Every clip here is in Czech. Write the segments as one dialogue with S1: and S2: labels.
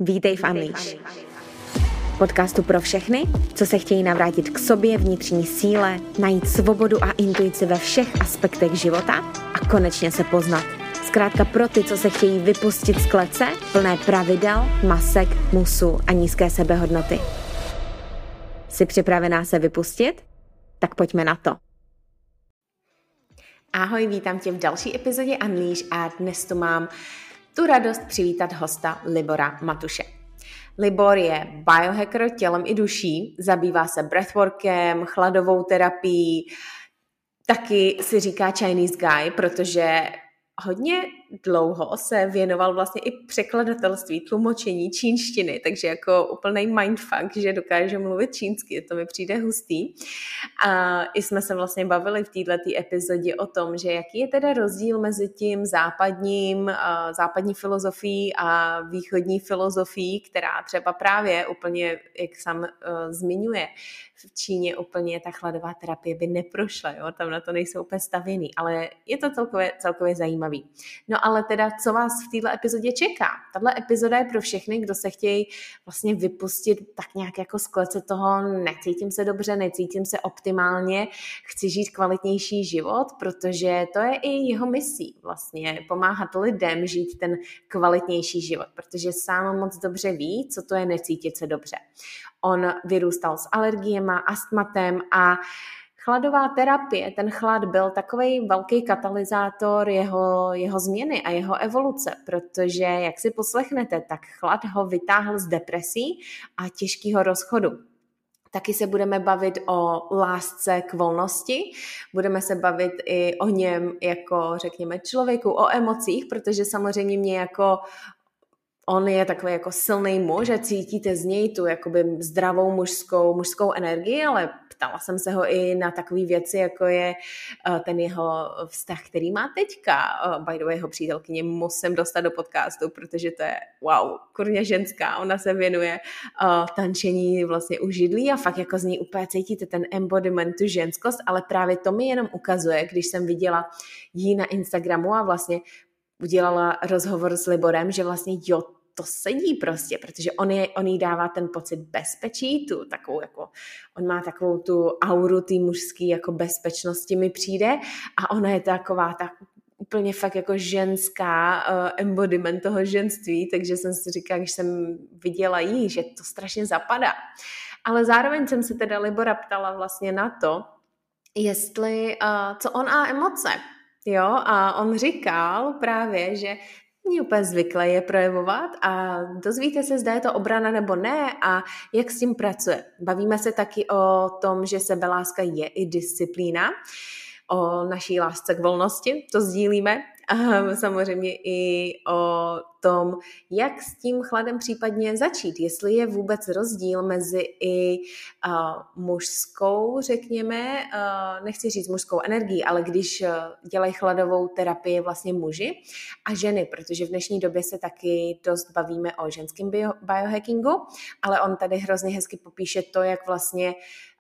S1: Vítej v Unleash. Podcastu pro všechny, co se chtějí navrátit k sobě, vnitřní síle, najít svobodu a intuici ve všech aspektech života a konečně se poznat. Zkrátka pro ty, co se chtějí vypustit z klece, plné pravidel, masek, musu a nízké sebehodnoty. Jsi připravená se vypustit? Tak pojďme na to. Ahoj, vítám tě v další epizodě Unleash a dnes tu mám tu radost přivítat hosta Libora Matuše. Libor je biohacker tělem i duší, zabývá se breathworkem, chladovou terapií, taky si říká Chinese guy, protože hodně dlouho se věnoval vlastně i překladatelství, tlumočení čínštiny, takže jako úplný mindfuck, že dokáže mluvit čínsky, to mi přijde hustý. A i jsme se vlastně bavili v této epizodě o tom, že jaký je teda rozdíl mezi tím západní filozofií a východní filozofií, která třeba právě úplně, jak sám zmiňuje, v Číně úplně ta chladová terapie by neprošla, jo? Tam na to nejsou úplně stavěný, ale je to celkově zajímavý. No ale teda, co vás v této epizodě čeká? Tahle epizoda je pro všechny, kdo se chtějí vlastně vypustit tak nějak jako z klece toho, necítím se dobře, necítím se optimálně, chci žít kvalitnější život, protože to je i jeho misí vlastně, pomáhat lidem žít ten kvalitnější život, protože sám moc dobře ví, co to je necítit se dobře. On vyrůstal s alergiemi, astmatem a chladová terapie, ten chlad byl takovej velký katalyzátor jeho změny a jeho evoluce, protože, jak si poslechnete, tak chlad ho vytáhl z depresí a těžkého rozchodu. Taky se budeme bavit o lásce k volnosti, budeme se bavit i o něm jako, řekněme, člověku, o emocích, protože samozřejmě mě jako on je takový jako silný muž a cítíte z něj tu jakoby zdravou mužskou energii, ale ptala jsem se ho i na takové věci, jako je ten jeho vztah, který má teďka. By the way, jeho přítelkyně musím dostat do podcastu, protože to je wow, kurně ženská. Ona se věnuje tančení vlastně u židlí a fakt jako z ní úplně cítíte ten embodiment, tu ženskost, ale právě to mi jenom ukazuje, když jsem viděla jí na Instagramu a vlastně udělala rozhovor s Liborem, že vlastně jo, to sedí prostě, protože on jí dává ten pocit bezpečí, tu takovou jako, on má takovou tu auru té mužské jako bezpečnosti mi přijde a ona je taková tak úplně fakt jako ženská embodiment toho ženství, takže jsem si říkala, když jsem viděla jí, že to strašně zapadá. Ale zároveň jsem se teda Libora ptala vlastně na to, jestli, co on a emoce. Jo, a on říkal právě, že není úplně zvyklé je projevovat a dozvíte se, zda je to obrana nebo ne a jak s tím pracuje. Bavíme se taky o tom, že sebeláska je i disciplína, o naší lásce k volnosti, to sdílíme. A samozřejmě i o tom, jak s tím chladem případně začít. Jestli je vůbec rozdíl mezi i mužskou, řekněme, nechci říct mužskou energii, ale když dělají chladovou terapii vlastně muži a ženy, protože v dnešní době se taky dost bavíme o ženském biohackingu, ale on tady hrozně hezky popíše to, jak vlastně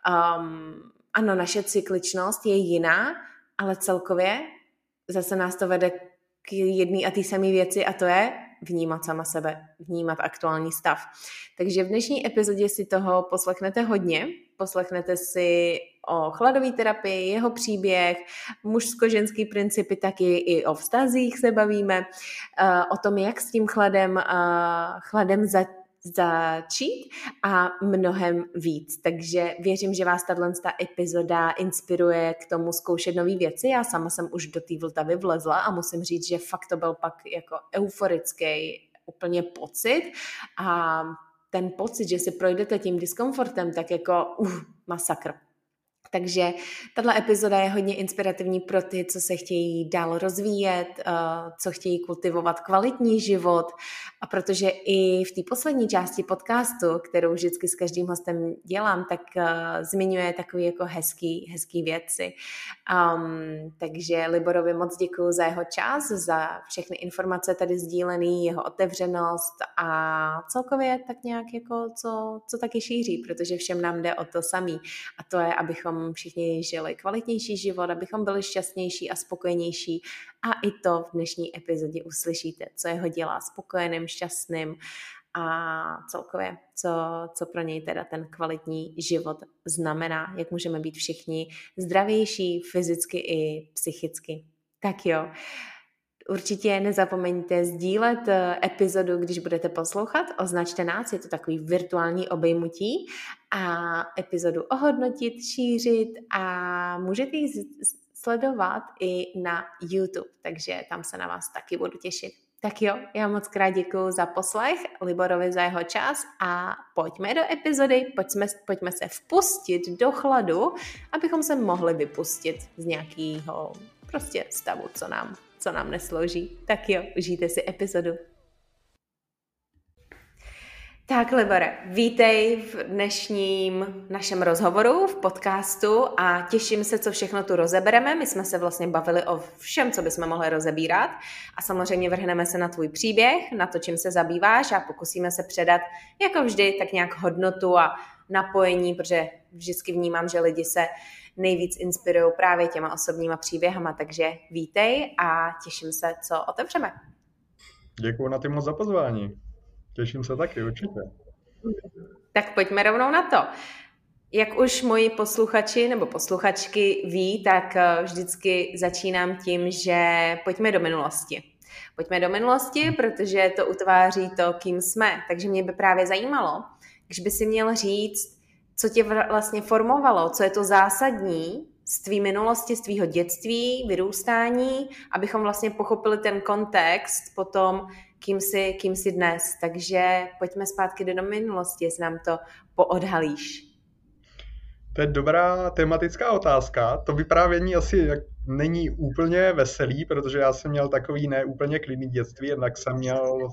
S1: ano, naše cykličnost je jiná, ale celkově zase nás to vede k jedné a té samé věci a to je vnímat sama sebe, vnímat aktuální stav. Takže v dnešní epizodě si toho poslechnete hodně, poslechnete si o chladové terapii, jeho příběh, mužsko-ženský principy, taky i o vztazích se bavíme, o tom, jak s tím chladem začít a mnohem víc. Takže věřím, že vás tato epizoda inspiruje k tomu zkoušet nové věci. Já sama jsem už do té Vltavy vlezla a musím říct, že fakt to byl pak jako euforický úplně pocit a ten pocit, že si projdete tím diskomfortem, tak jako masakr. Takže tato epizoda je hodně inspirativní pro ty, co se chtějí dál rozvíjet, co chtějí kultivovat kvalitní život a protože i v té poslední části podcastu, kterou vždycky s každým hostem dělám, tak zmiňuje takové jako hezký věci. Takže Liborovi moc děkuju za jeho čas, za všechny informace tady sdílený, jeho otevřenost a celkově tak nějak jako co taky šíří, protože všem nám jde o to samý a to je, abychom všichni žili kvalitnější život, abychom byli šťastnější a spokojenější a i to v dnešní epizodě uslyšíte, co jeho dělá spokojeným, šťastným a celkově, co pro něj teda ten kvalitní život znamená, jak můžeme být všichni zdravější fyzicky i psychicky. Tak jo, určitě nezapomeňte sdílet epizodu, když budete poslouchat, označte nás, je to takový virtuální obejmutí a epizodu ohodnotit, šířit a můžete ji sledovat i na YouTube, takže tam se na vás taky budu těšit. Tak jo, já moc krát děkuju za poslech, Liborovi za jeho čas a pojďme do epizody, pojďme se vpustit do chladu, abychom se mohli vypustit z nějakého prostě stavu, co nám neslouží. Tak jo, užijte si epizodu. Tak, Libore, vítej v dnešním našem rozhovoru v podcastu a těším se, co všechno tu rozebereme. My jsme se vlastně bavili o všem, co bychom mohli rozebírat a samozřejmě vrhneme se na tvůj příběh, na to, čím se zabýváš a pokusíme se předat, jako vždy, tak nějak hodnotu a napojení, protože vždycky vnímám, že lidi se nejvíc inspirují právě těma osobníma příběhama, takže vítej a těším se, co otevřeme.
S2: Děkuji na ty moc za pozvání. Těším se taky, určitě.
S1: Tak pojďme rovnou na to. Jak už moji posluchači nebo posluchačky ví, tak vždycky začínám tím, že pojďme do minulosti. Pojďme do minulosti, protože to utváří to, kým jsme. Takže mě by právě zajímalo, když by si měl říct, co tě vlastně formovalo, co je to zásadní z tvý minulosti, z tvýho dětství, vyrůstání, abychom vlastně pochopili ten kontext potom, kým jsi dnes. Takže pojďme zpátky do minulosti, jestli nám to poodhalíš.
S2: To je dobrá tematická otázka. To vyprávění asi není úplně veselý, protože já jsem měl takový neúplně klidný dětství, jednak jsem měl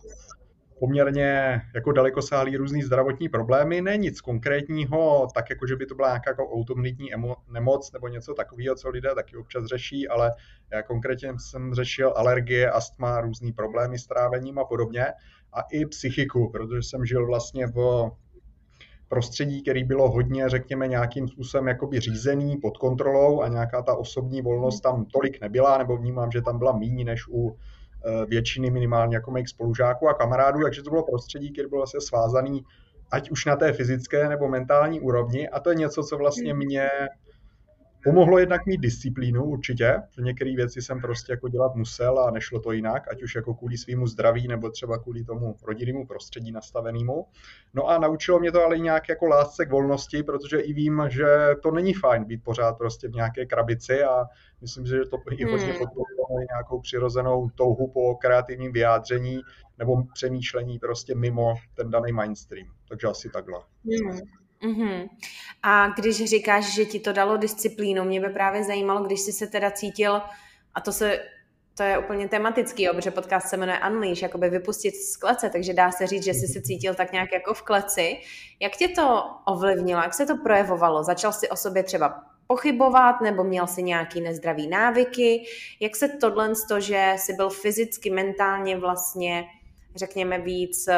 S2: poměrně jako dalekosáhlý různý zdravotní problémy, ne nic konkrétního, tak jako že by to byla nějaká jako autoimunitní nemoc nebo něco takového, co lidé taky občas řeší, ale já konkrétně jsem řešil alergie, astma, různý problémy s trávením a podobně a i psychiku, protože jsem žil vlastně v prostředí, který bylo hodně, řekněme, nějakým způsobem jakoby řízený, pod kontrolou a nějaká ta osobní volnost tam tolik nebyla, nebo vnímám, že tam byla míň než u většiny minimálně jako mých spolužáků a kamarádů, takže to bylo prostředí, které bylo vlastně svázané ať už na té fyzické nebo mentální úrovni a to je něco, co vlastně mě pomohlo jednak mít disciplínu určitě, že některé věci jsem prostě jako dělat musel a nešlo to jinak, ať už jako kvůli svýmu zdraví nebo třeba kvůli tomu rodinnému prostředí nastavenému. No a naučilo mě to ale nějak jako lásce k volnosti, protože i vím, že to není fajn být pořád prostě v nějaké krabici a myslím si, že to i hodně podporuje nějakou přirozenou touhu po kreativním vyjádření nebo přemýšlení prostě mimo ten daný mainstream. Takže asi takhle.
S1: Mm-hmm. A když říkáš, že ti to dalo disciplínu, mě by právě zajímalo, když jsi se teda cítil, a to je úplně tematický, jo, protože podcast se jmenuje Unleash, jakoby vypustit z klece, takže dá se říct, že jsi se cítil tak nějak jako v kleci. Jak tě to ovlivnilo, jak se to projevovalo? Začal jsi o sobě třeba pochybovat, nebo měl jsi nějaký nezdravý návyky? Jak se tohle, že jsi byl fyzicky, mentálně vlastně řekněme víc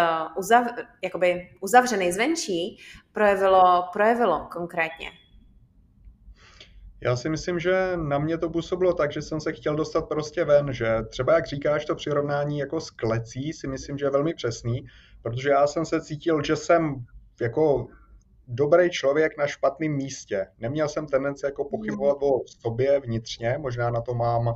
S1: uzavřený zvenčí, projevilo konkrétně?
S2: Já si myslím, že na mě to působilo tak, že jsem se chtěl dostat prostě ven, že třeba jak říkáš to přirovnání jako s klecí si myslím, že je velmi přesný, protože já jsem se cítil, že jsem jako dobrý člověk na špatném místě. Neměl jsem tendenci jako pochybovat o sobě vnitřně, možná na to mám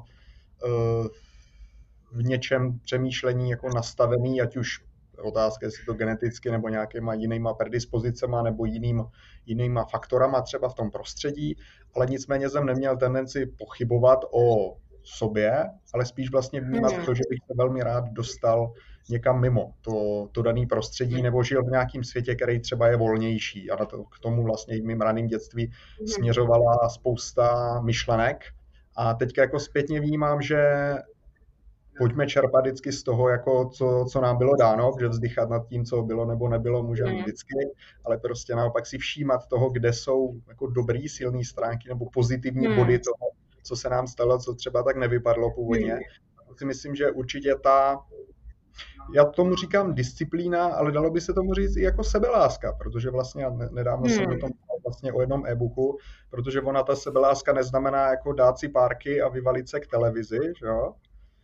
S2: v něčem přemýšlení jako nastavený, ať už otázka, jestli to geneticky nebo nějakýma jinýma predispozicema nebo jinýma faktorama třeba v tom prostředí, ale nicméně jsem neměl tendenci pochybovat o sobě, ale spíš vlastně vnímat to, že bych se velmi rád dostal někam mimo to dané prostředí nebo žil v nějakém světě, který třeba je volnější a k tomu vlastně i v mým raném dětství směřovala spousta myšlenek a teďka jako zpětně vnímám, že pojďme čerpat vždycky z toho, jako co nám bylo dáno, že vzdychat nad tím, co bylo nebo nebylo, můžeme vždycky, ale prostě naopak si všímat toho, kde jsou jako dobrý, silné stránky nebo pozitivní body toho, co se nám stalo, co třeba tak nevypadlo původně. Já si myslím, že určitě já tomu říkám disciplína, ale dalo by se tomu říct i jako sebeláska, protože vlastně nedávno jsem o tom vlastně o jednom e-booku, protože ta sebeláska neznamená jako dát si párky a vyvalit se k televizi, že jo?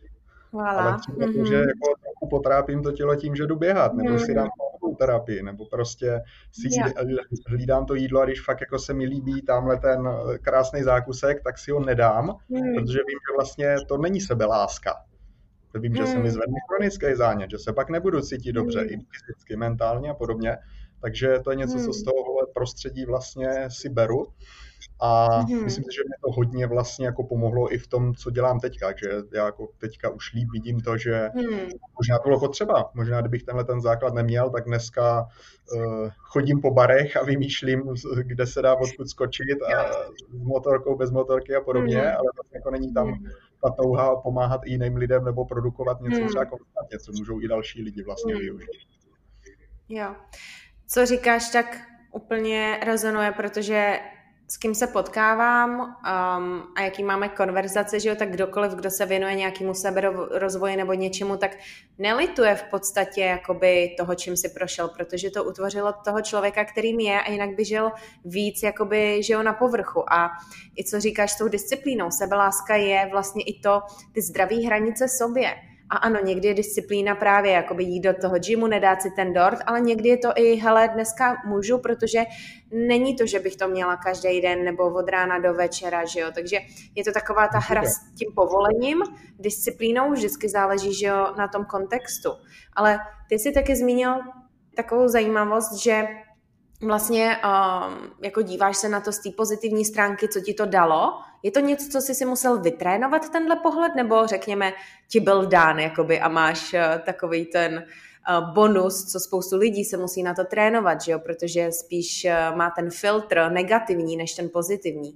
S2: Ale
S1: Voilà.
S2: třeba to, že jako trochu potrápím to tělo tím, že jdu běhat, nebo si dám pohybovou terapii, nebo prostě si
S1: Jo.
S2: hlídám to jídlo a když fakt jako se mi líbí tamhle ten krásný zákusek, tak si ho nedám, protože vím, že vlastně to není sebeláska. Vím, že se mi zvedne chronický zánět, že se pak nebudu cítit dobře i fyzicky, mentálně a podobně. Takže to je něco, co z tohohle prostředí vlastně si beru. A myslím si, že mě to hodně vlastně jako pomohlo i v tom, co dělám teďka. Takže já jako teďka už líp vidím to, že možná to bylo potřeba. Možná kdybych tenhle ten základ neměl, tak dneska chodím po barech a vymýšlím, kde se dá odkud skočit a s motorkou, bez motorky a podobně, ale vlastně jako není tam ta touha pomáhat i jiným lidem nebo produkovat něco třeba konstantně, co můžou i další lidi vlastně využít.
S1: Jo. Co říkáš, tak úplně rezonuje, protože s kým se potkávám a jaký máme konverzace, že jo, tak kdokoliv, kdo se věnuje nějakému seberozvoji nebo něčemu, tak nelituje v podstatě jakoby toho, čím si prošel, protože to utvořilo toho člověka, kterým je a jinak by žil víc jakoby, že jo, na povrchu. A i co říkáš s tou disciplínou, sebeláska je vlastně i to, ty zdraví hranice sobě. A ano, někdy je disciplína právě jakoby jít do toho gymu, nedát si ten dort, ale někdy je to i, hele, dneska můžu, protože není to, že bych to měla každý den nebo od rána do večera, že jo, takže je to taková ta hra s tím povolením, disciplínou, vždycky záleží, že jo, na tom kontextu. Ale ty jsi taky zmínil takovou zajímavost, že vlastně jako díváš se na to z té pozitivní stránky, co ti to dalo. Je to něco, co jsi si musel vytrénovat tenhle pohled, nebo řekněme ti byl dán jakoby, a máš takový ten bonus, co spoustu lidí se musí na to trénovat, že jo? Protože spíš má ten filtr negativní než ten pozitivní.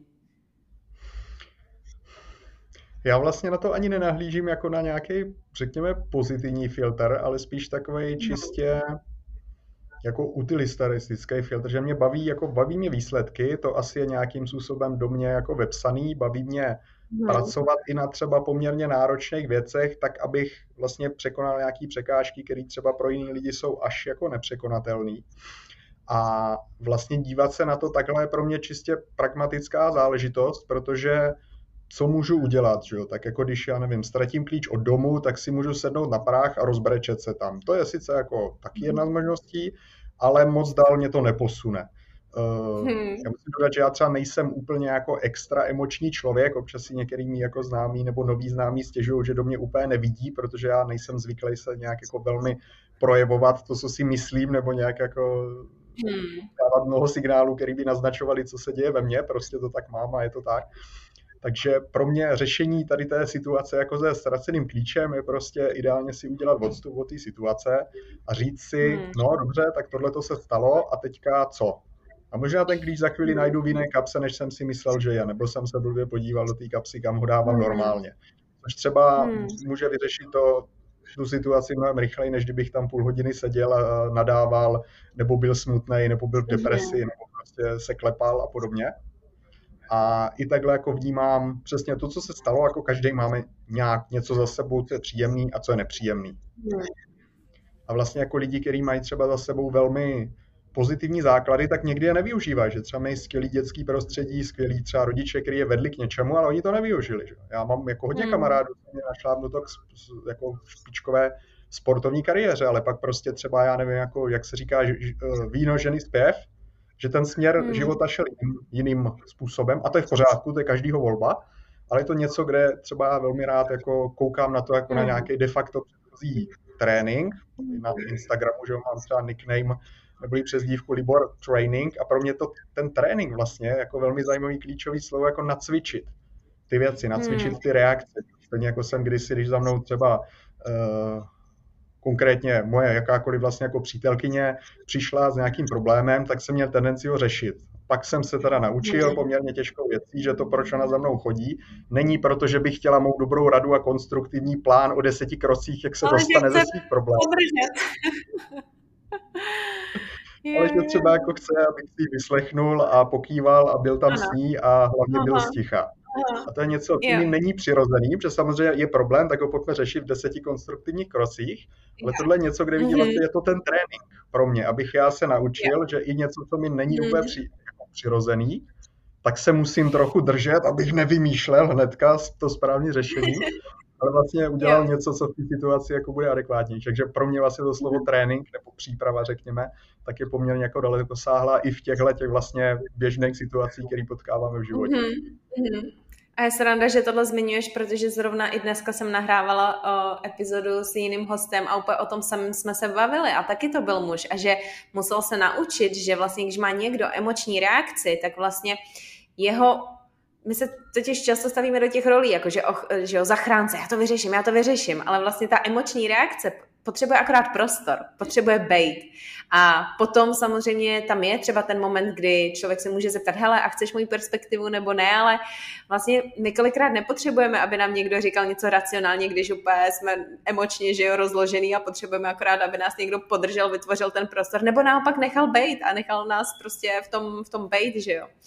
S2: Já vlastně na to ani nenahlížím jako na nějaký, řekněme, pozitivní filtr, ale spíš takový čistě jako utilitaristický filtr, že mě baví mě výsledky, to asi je nějakým způsobem do mě jako vepsaný, baví mě pracovat i na třeba poměrně náročných věcech, tak abych vlastně překonal nějaký překážky, které třeba pro jiný lidi jsou až jako nepřekonatelný. A vlastně dívat se na to takhle je pro mě čistě pragmatická záležitost, protože co můžu udělat, že jo? Tak jako když, já nevím, ztratím klíč od domu, tak si můžu sednout na práh a rozbrečet se tam. To je sice jako taky jedna z možností, ale moc dál mě to neposune. Já musím dodat, že já třeba nejsem úplně jako extra emoční člověk, občas si některý mý jako známí nebo noví známí stěžují, že do mě úplně nevidí, protože já nejsem zvyklý se nějak jako velmi projevovat to, co si myslím, nebo nějak jako dávat mnoho signálů, který by naznačovali, co se děje ve mně, prostě to tak mám a je to tak. Takže pro mě řešení tady té situace jako se ztraceným klíčem je prostě ideálně si udělat odstup od té situace a říct si, no dobře, tak tohle to se stalo a teďka co? A možná ten klíč za chvíli najdu v jiné kapse, než jsem si myslel, že je, nebo jsem se blbě podíval do té kapsy, kam ho dávám normálně. Což třeba může vyřešit tu situaci mnohem rychleji, než kdybych tam půl hodiny seděl a nadával, nebo byl smutnej, nebo byl v depresi, nebo prostě se klepal a podobně. A i takhle jako vnímám přesně to, co se stalo, jako každý máme nějak něco za sebou, co je příjemný a co je nepříjemný. A vlastně jako lidi, kteří mají třeba za sebou velmi pozitivní základy, tak někdy je nevyužívají, že třeba mají skvělý dětský prostředí, skvělý třeba rodiče, kteří je vedli k něčemu, ale oni to nevyužili. Že? Já mám jako hodně kamarádů, mě našlápnu to jako špičkové sportovní kariéře, ale pak prostě třeba, já nevím, jako, jak se říká, víno, ženy, zpěv, že ten směr života šel jiným způsobem a to je v pořádku, to je každýho volba, ale je to něco, kde třeba velmi rád jako koukám na to jako na nějaký de facto předchozí trénink. Na Instagramu, že mám třeba nickname nebo přezdívku Libor Training a pro mě to ten trénink vlastně jako velmi zajímavý klíčový slovo jako nacvičit ty věci, nacvičit ty reakce. Stejně jako jsem kdysi, když za mnou třeba konkrétně moje jakákoliv vlastně jako přítelkyně přišla s nějakým problémem, tak jsem měl tendenci ho řešit. Pak jsem se teda naučil poměrně těžkou věcí, že to, proč ona za mnou chodí, není proto, že bych chtěla mou dobrou radu a konstruktivní plán o 10 krocích, jak se dostane ze svých problémů. Ale že třeba jako chce, abych si ji vyslechnul a pokýval a byl tam s ní a hlavně byl sticha. A to je něco, co mi není přirozený, protože samozřejmě je problém, tak ho pojďme řešit v 10 konstruktivních krocích, ale tohle je něco, kde vidím, že je to ten trénink pro mě, abych já se naučil, že i něco, co mi není úplně přirozený, tak se musím trochu držet, abych nevymýšlel hnedka to správné řešení. ale vlastně
S1: Jo.
S2: udělal něco, co v té situaci jako bude adekvátnější. Takže pro mě vlastně to slovo trénink nebo příprava, řekněme, tak je poměrně jako daleko sáhlá i v těchto těch vlastně běžných situacích, které potkáváme v životě.
S1: A je sranda, že tohle zmiňuješ, protože zrovna i dneska jsem nahrávala epizodu s jiným hostem a úplně o tom samém jsme se bavili a taky to byl muž a že musel se naučit, že vlastně když má někdo emoční reakci, tak vlastně my se totiž často stavíme do těch rolí, jako že zachránce, já to vyřeším, ale vlastně ta emoční reakce potřebuje akorát prostor, potřebuje bejt. A potom samozřejmě tam je třeba ten moment, kdy člověk se může zeptat, hele, a chceš moji perspektivu nebo ne, ale vlastně my kolikrát nepotřebujeme, aby nám někdo říkal něco racionálně, když úplně jsme emočně, že jo, rozložený a potřebujeme akorát, aby nás někdo podržel, vytvořil ten prostor, nebo naopak nechal bejt a nechal nás prostě v tom bejt, že jo.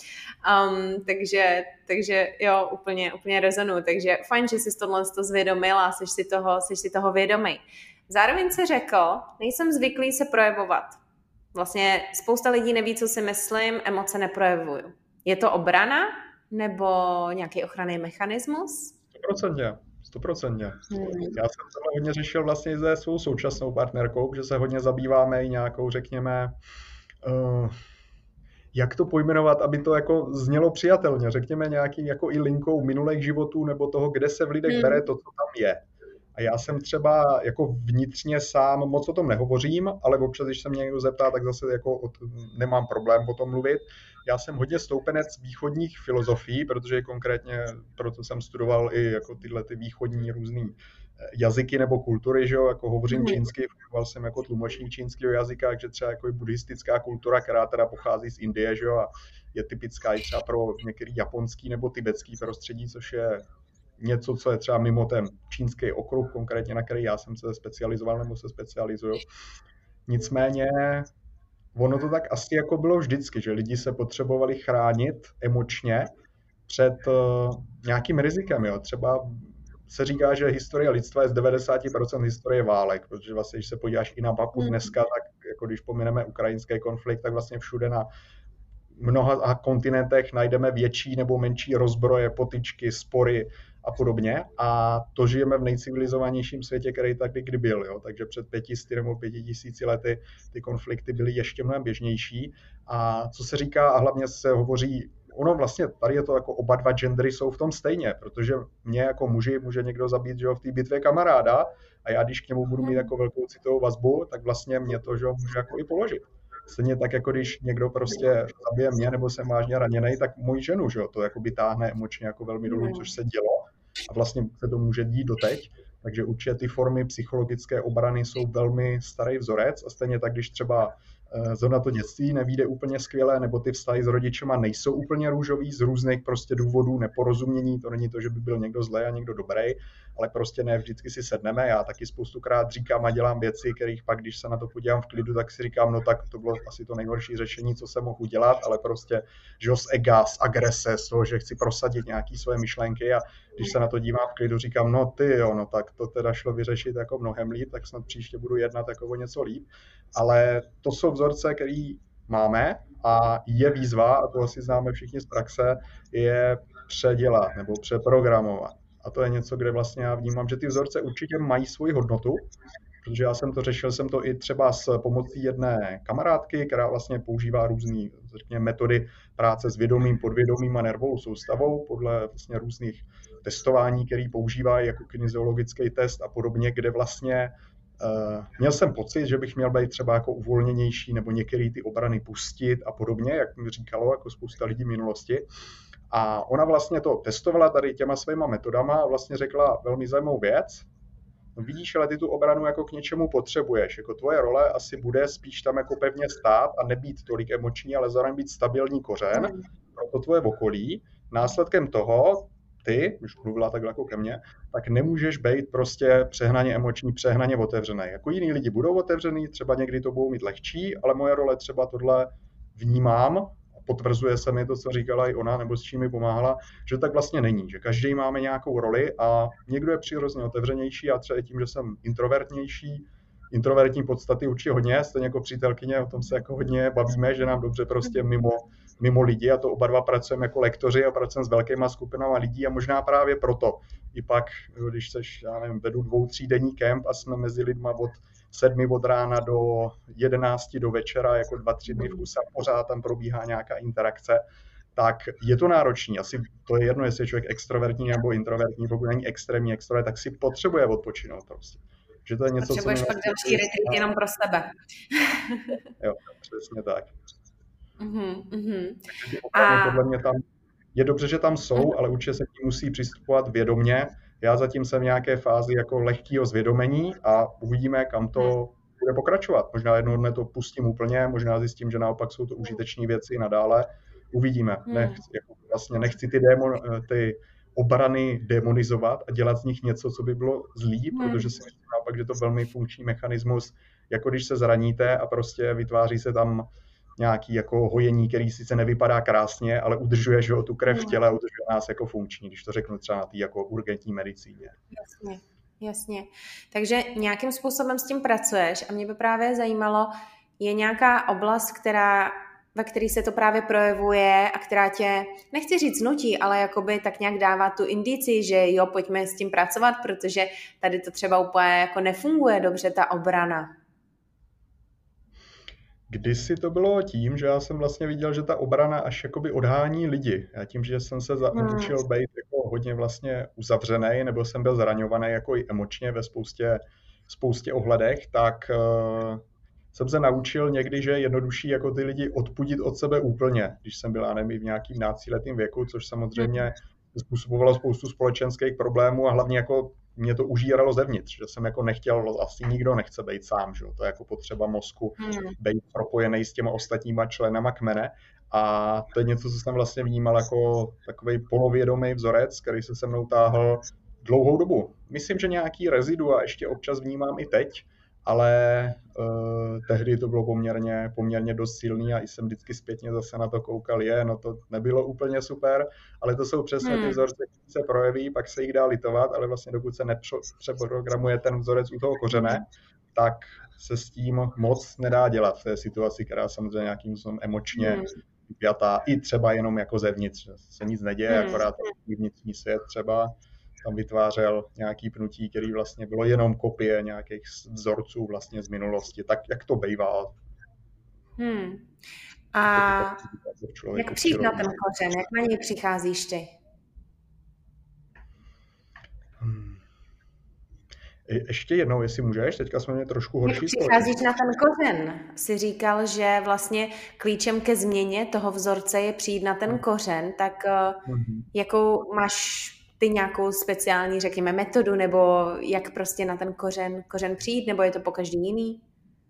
S1: Takže jo, úplně rezonuju. Takže fajn, že jsi tohle zvědomil a jsi si toho vědomý. Zároveň se řekl, nejsem zvyklý se projevovat. Vlastně spousta lidí neví, co si myslím, emoce neprojevuju. Je to obrana nebo nějaký ochranný mechanismus?
S2: 100%. Já jsem to hodně řešil vlastně se svou současnou partnerkou, že se hodně zabýváme i nějakou, řekněme, jak to pojmenovat, aby to jako znělo přijatelně, řekněme nějaký jako i linkou minulých životů nebo toho, kde se v lidech bere to, co tam je. A já jsem třeba jako vnitřně sám moc o tom nehovořím, ale občas, když se mě někdo zeptá, tak zase jako nemám problém o tom mluvit. Já jsem hodně stoupenec východních filozofií, protože konkrétně proto jsem studoval i jako tyhle ty východní různý jazyky nebo kultury, že jo, jako hovořím čínsky, fungoval jsem jako tlumočník čínského jazyka, takže třeba jako i buddhistická kultura, která teda pochází z Indie, že jo, a je typická i třeba pro některý japonský nebo tibetský prostředí, což je něco, co je třeba mimo ten čínský okruh, konkrétně na který já jsem se specializoval nebo se specializuju. Nicméně ono to tak asi jako bylo vždycky, že lidi se potřebovali chránit emočně před nějakým rizikem. Jo. Třeba se říká, že historie lidstva je z 90% historie válek, protože vlastně, když se podíváš i na mapu dneska, tak jako když pomineme ukrajinský konflikt, tak vlastně všude na mnoha kontinentech najdeme větší nebo menší rozbroje, potyčky, spory a podobně. A to žijeme v nejcivilizovanějším světě, který taky kdy byl. Jo? Takže před 500 nebo 5000 lety ty konflikty byly ještě mnohem běžnější. A co se říká, a hlavně se hovoří, ono vlastně tady je to jako oba dva gendery jsou v tom stejně, protože mě jako muži může někdo zabít, že jo, v té bitvě kamaráda a já když k němu budu mít jako velkou citovou vazbu, tak vlastně mě to, že jo, může jako i položit. Stejně tak, jako když někdo prostě zabije mě nebo jsem vážně raněný, tak moji ženu, že jo, to jako by táhne emočně jako velmi dolů, což se dělo a vlastně se to může dít doteď. Takže určitě ty formy psychologické obrany jsou velmi starý vzorec a stejně tak, když třeba zrovna to dětství nevyjde úplně skvěle, nebo ty vztahy s rodičema nejsou úplně růžový z různých prostě důvodů, neporozumění, to není to, že by byl někdo zlej a někdo dobrý, ale prostě ne vždycky si sedneme. Já taky spoustukrát říkám a dělám věci, kterých pak, když se na to podívám v klidu, tak si říkám, no tak to bylo asi to nejhorší řešení, co jsem mohl udělat, ale prostě, že z ega, z agrese, z toho, že chci prosadit nějaké svoje myšlenky a když se na to dívám v klidu, říkám, no ty jo, no tak to teda šlo vyřešit jako mnohem líp, tak snad příště budu jednat jako o něco líp, ale to jsou vzorce, který máme a je výzva, a to asi známe všichni z praxe, je předělat nebo přeprogramovat. A to je něco, kde vlastně já vnímám, že ty vzorce určitě mají svoji hodnotu, protože já jsem to řešil jsem to i třeba s pomocí jedné kamarádky, která vlastně používá různé metody práce s vědomím, podvědomím a nervovou soustavou podle vlastně různých testování, které používají jako kinesiologický test a podobně, kde vlastně měl jsem pocit, že bych měl být třeba jako uvolněnější nebo některé ty obrany pustit a podobně, jak mi říkalo jako spousta lidí v minulosti. A ona vlastně to testovala tady těma svýma metodama a vlastně řekla velmi zajímavou věc. No vidíš, ale ty tu obranu jako k něčemu potřebuješ. Jako tvoje role asi bude spíš tam jako pevně stát a nebýt tolik emoční, ale zároveň být stabilní kořen pro to tvoje okolí. Následkem toho ty, když mluvila takhle jako ke mně, tak nemůžeš být prostě přehnaně emoční, přehnaně otevřený. Jako jiní lidi budou otevřený, třeba někdy to budou mít lehčí, ale moje role třeba tohle vnímám, potvrzuje se mi to, co říkala i ona, nebo s čím mi pomáhala, že tak vlastně není, že každý máme nějakou roli a někdo je přirozeně otevřenější a třeba tím, že jsem introvertnější, introvertní podstaty určitě hodně, stejně jako přítelkyně, o tom se jako hodně bavíme, že nám dobře prostě mimo lidi a to oba dva pracujeme jako lektoři a pracujeme s velkýma skupinama lidí a možná právě proto i pak, když seš, já nevím, vedu 2-3denní kemp a jsme mezi lidma od 7 od rána do 11 do večera, jako 2-3 dny v kuse a pořád tam probíhá nějaká interakce, tak je to náročný. Asi to je jedno, jestli je člověk extrovertní nebo introvertní, pokud není extrémní extrovert, tak si potřebuje odpočinout prostě. Že to je něco,
S1: potřebuješ pak další retreat jenom pro sebe.
S2: Jo, přesně tak.
S1: A
S2: podle mě tam je dobře, že tam jsou, ale určitě se k tím musí přistupovat vědomně. Já zatím jsem v nějaké fázi jako lehkého zvědomení a uvidíme, kam to bude pokračovat. Možná jednou dne to pustím úplně, možná zjistím, že naopak jsou to užiteční věci nadále. Uvidíme. Nechci ty obrany demonizovat a dělat z nich něco, co by bylo zlý, protože si myslím naopak, že to je velmi funkční mechanismus, jako když se zraníte a prostě vytváří se tam nějaký jako hojení, který sice nevypadá krásně, ale udržuje, že tu krev v těle a udržuje nás jako funkční, když to řeknu třeba na té jako urgentní medicíně.
S1: Jasně. Takže nějakým způsobem s tím pracuješ a mě by právě zajímalo, je nějaká oblast, ve které se to právě projevuje a která tě, nechci říct nutí, ale jakoby tak nějak dává tu indici, že jo, pojďme s tím pracovat, protože tady to třeba úplně jako nefunguje dobře, ta obrana.
S2: Kdysi to bylo tím, že já jsem vlastně viděl, že ta obrana až jakoby odhání lidi. Já tím, že jsem se naučil být jako hodně vlastně uzavřený, nebo jsem byl zraňovaný jako i emočně ve spoustě ohledech, tak jsem se naučil někdy, že je jednodušší jako ty lidi odpudit od sebe úplně, když jsem byl, já nevím, v nějakým náctiletým věku, což samozřejmě způsobovalo spoustu společenských problémů a hlavně jako mě to užíralo zevnitř, že jsem jako nechtěl, asi nikdo nechce být sám, že? To je jako potřeba mozku být propojený s těma ostatníma členama kmene a to je něco, co jsem vlastně vnímal jako takovej polovědomý vzorec, který se mnou táhl dlouhou dobu. Myslím, že nějaký rezidua ještě občas vnímám i teď, ale tehdy to bylo poměrně dost silný a jsem vždycky zpětně zase na to koukal, no to nebylo úplně super, ale to jsou přesně ty vzorce, které se projeví, pak se jich dá litovat, ale vlastně dokud se nepřeprogramuje ten vzorec u toho kořene, tak se s tím moc nedá dělat v té situaci, která samozřejmě nějakým způsobem emočně vypjatá, i třeba jenom jako zevnitř, se nic neděje, akorát vnitřní svět třeba tam vytvářel nějaký pnutí, který vlastně bylo jenom kopie nějakých vzorců vlastně z minulosti, tak jak to bývá.
S1: A jak přijít na ten kořen? Jak na něj přicházíš ty?
S2: Ještě jednou, jestli můžeš, teďka jsme mě trošku horší.
S1: Jak přicházíš na ten kořen? Jsi říkal, že vlastně klíčem ke změně toho vzorce je přijít na ten kořen, tak jakou máš ty nějakou speciální, řekněme, metodu, nebo jak prostě na ten kořen přijít, nebo je to po každý jiný?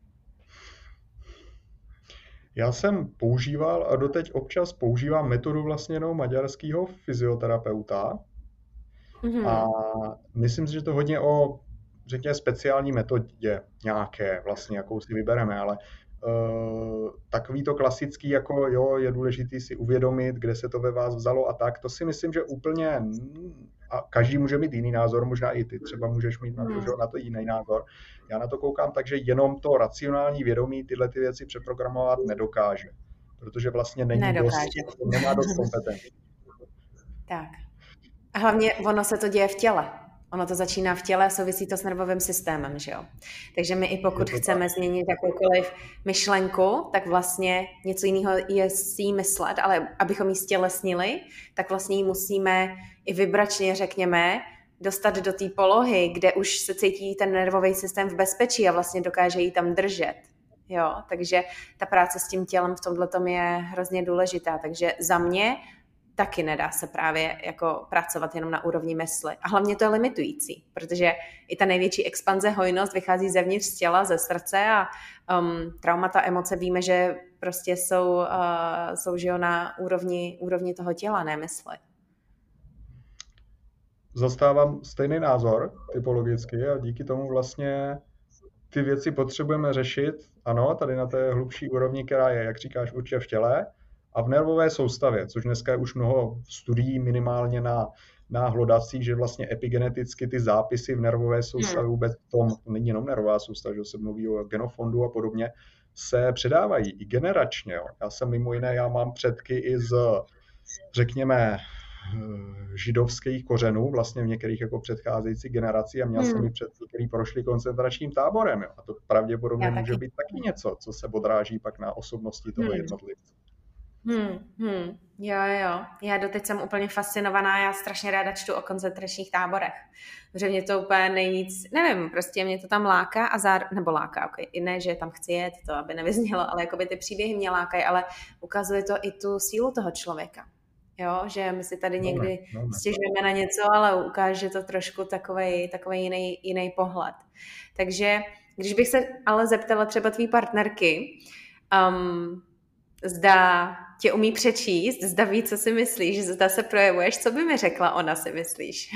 S2: Já jsem používal a doteď občas používám metodu vlastně jenom maďarského fyzioterapeuta. A myslím si, že to hodně o, řekněme, speciální metodě nějaké, vlastně, jakou si vybereme, ale takový to klasický, jako jo, je důležitý si uvědomit, kde se to ve vás vzalo a tak, to si myslím, že úplně, a každý může mít jiný názor, možná i ty třeba můžeš mít na to jiný názor. Já na to koukám tak, že jenom to racionální vědomí tyhle ty věci přeprogramovat nedokáže, protože vlastně nemá dost kompetencí.
S1: Tak. A hlavně ono se to děje v těle. Ono to začíná v těle a souvisí to s nervovým systémem, že jo? Takže my i pokud chceme změnit jakoukoliv myšlenku, tak vlastně něco jiného je si jí myslet, ale abychom ji stělesnili, tak vlastně ji musíme i vibračně, řekněme, dostat do té polohy, kde už se cítí ten nervový systém v bezpečí a vlastně dokáže ji tam držet. Jo? Takže ta práce s tím tělem v tomhletom je hrozně důležitá. Takže za mě taky nedá se právě jako pracovat jenom na úrovni mysli. A hlavně to je limitující, protože i ta největší expanze, hojnost vychází zevnitř z těla, ze srdce a traumata, emoce víme, že prostě jsou že jo, na úrovni toho těla, ne mysli.
S2: Zastávám stejný názor typologicky a díky tomu vlastně ty věci potřebujeme řešit, ano, tady na té hlubší úrovni, která je, jak říkáš, určitě v těle, a v nervové soustavě, což dneska je už mnoho studií minimálně na hlodacích, že vlastně epigeneticky ty zápisy v nervové soustavě vůbec to není jenom nervová soustava, že se mluví o genofondu a podobně, se předávají i generačně. Jo. Já jsem mimo jiné, já mám předky i z, řekněme, židovských kořenů vlastně v některých jako předcházejících generací a měl jsem i předky, který prošli koncentračním táborem. Jo. A to pravděpodobně může být taky něco, co se odráží pak na osobnosti toho jednotlivce.
S1: Jo. Já doteď jsem úplně fascinovaná, já strašně ráda čtu o koncentračních táborech. Protože mě to úplně nejvíc, nevím, prostě mě to tam láká nebo láká, okay. I ne, že tam chci jet, to aby nevyznělo, ale jakoby ty příběhy mě lákají, ale ukazuje to i tu sílu toho člověka. Jo, že my si tady někdy stěžujeme na něco, ale ukáže to trošku takovej jiný pohled. Takže když bych se ale zeptala třeba tvý partnerky, zda tě umí přečíst, zda ví, co si myslíš, zda se projevuješ, co by mi řekla ona, si myslíš?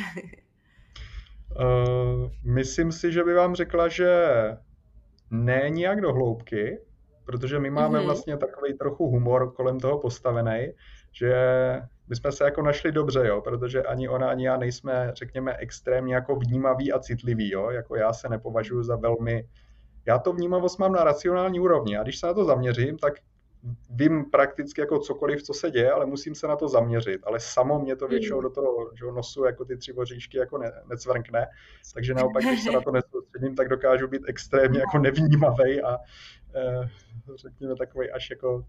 S2: Myslím si, že by vám řekla, že ne nijak do hloubky, protože my máme vlastně takový trochu humor kolem toho postavený, že my jsme se jako našli dobře, jo, protože ani ona, ani já nejsme, řekněme, extrémně jako vnímaví a citliví, jo, jako já se nepovažuji za velmi, já to vnímavost mám na racionální úrovni a když se na to zaměřím, tak vím prakticky jako cokoliv, co se děje, ale musím se na to zaměřit, ale samo mě to většinou do toho nosu jako ty 3 voříšky jako necvrkne, takže naopak, když se na to nesoustředím, tak dokážu být extrémně jako nevnímavej a řekněme takovej až jako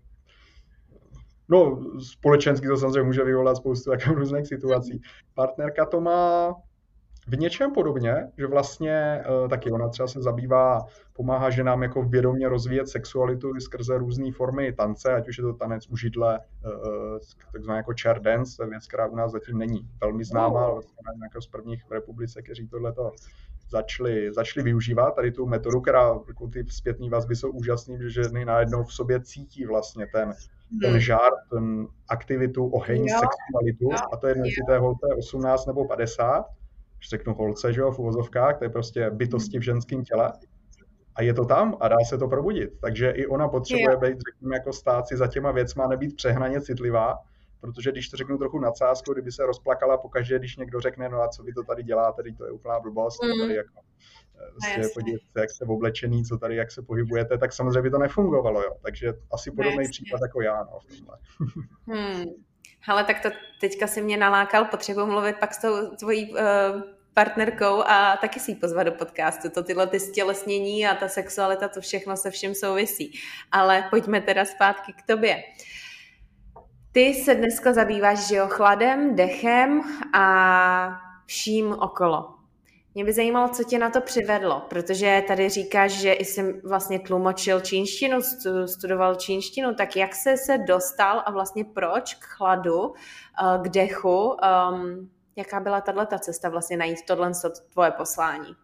S2: společensky to samozřejmě může vyvolat spoustu jako různých situací. Partnerka to má v něčem podobně, že vlastně taky ona třeba se pomáhá ženám jako vědomě rozvíjet sexualitu skrze různé formy tance, ať už je to tanec u židle, takzvané jako chair dance, to je věc, která u nás zatím není velmi známá, ale vlastně jako z prvních v republice, kteří tohleto začali využívat, tady tu metodu, která jako ty zpětné vazby jsou úžasný, že ženy najednou v sobě cítí vlastně ten žár, ten aktivitu, oheň, sexualitu a to je jedno, jestli té holce 18 nebo 50, když řeknu holce, že jo, v uvozovkách, to je prostě bytosti v ženském těle a je to tam a dá se to probudit, takže i ona potřebuje být, řekněme, jako stát si za těma věcma, nebýt přehnaně citlivá, protože když to řeknu trochu nadsázkou, kdyby se rozplakala pokaždé, když někdo řekne, no a co vy to tady děláte, tady to je úplná blbost, tady jako podívejte se, jak jste oblečený, co tady, jak se pohybujete, tak samozřejmě by to nefungovalo, jo. Takže asi podobný případ jako já, no, v tomhle.
S1: Hele, tak to teďka si mě nalákal, potřebuji mluvit pak s tou tvojí partnerkou a taky si ji pozvat do podcastu. To tyhle ty stělesnění a ta sexualita, to všechno se vším souvisí. Ale pojďme teda zpátky k tobě. Ty se dneska zabýváš, že jo, chladem, dechem a vším okolo. Mě by zajímalo, co tě na to přivedlo, protože tady říkáš, že jsi vlastně tlumočil čínštinu, studoval čínštinu, tak jak jsi se dostal a vlastně proč k chladu, k dechu, jaká byla tato cesta vlastně najít tohle tvoje poslání?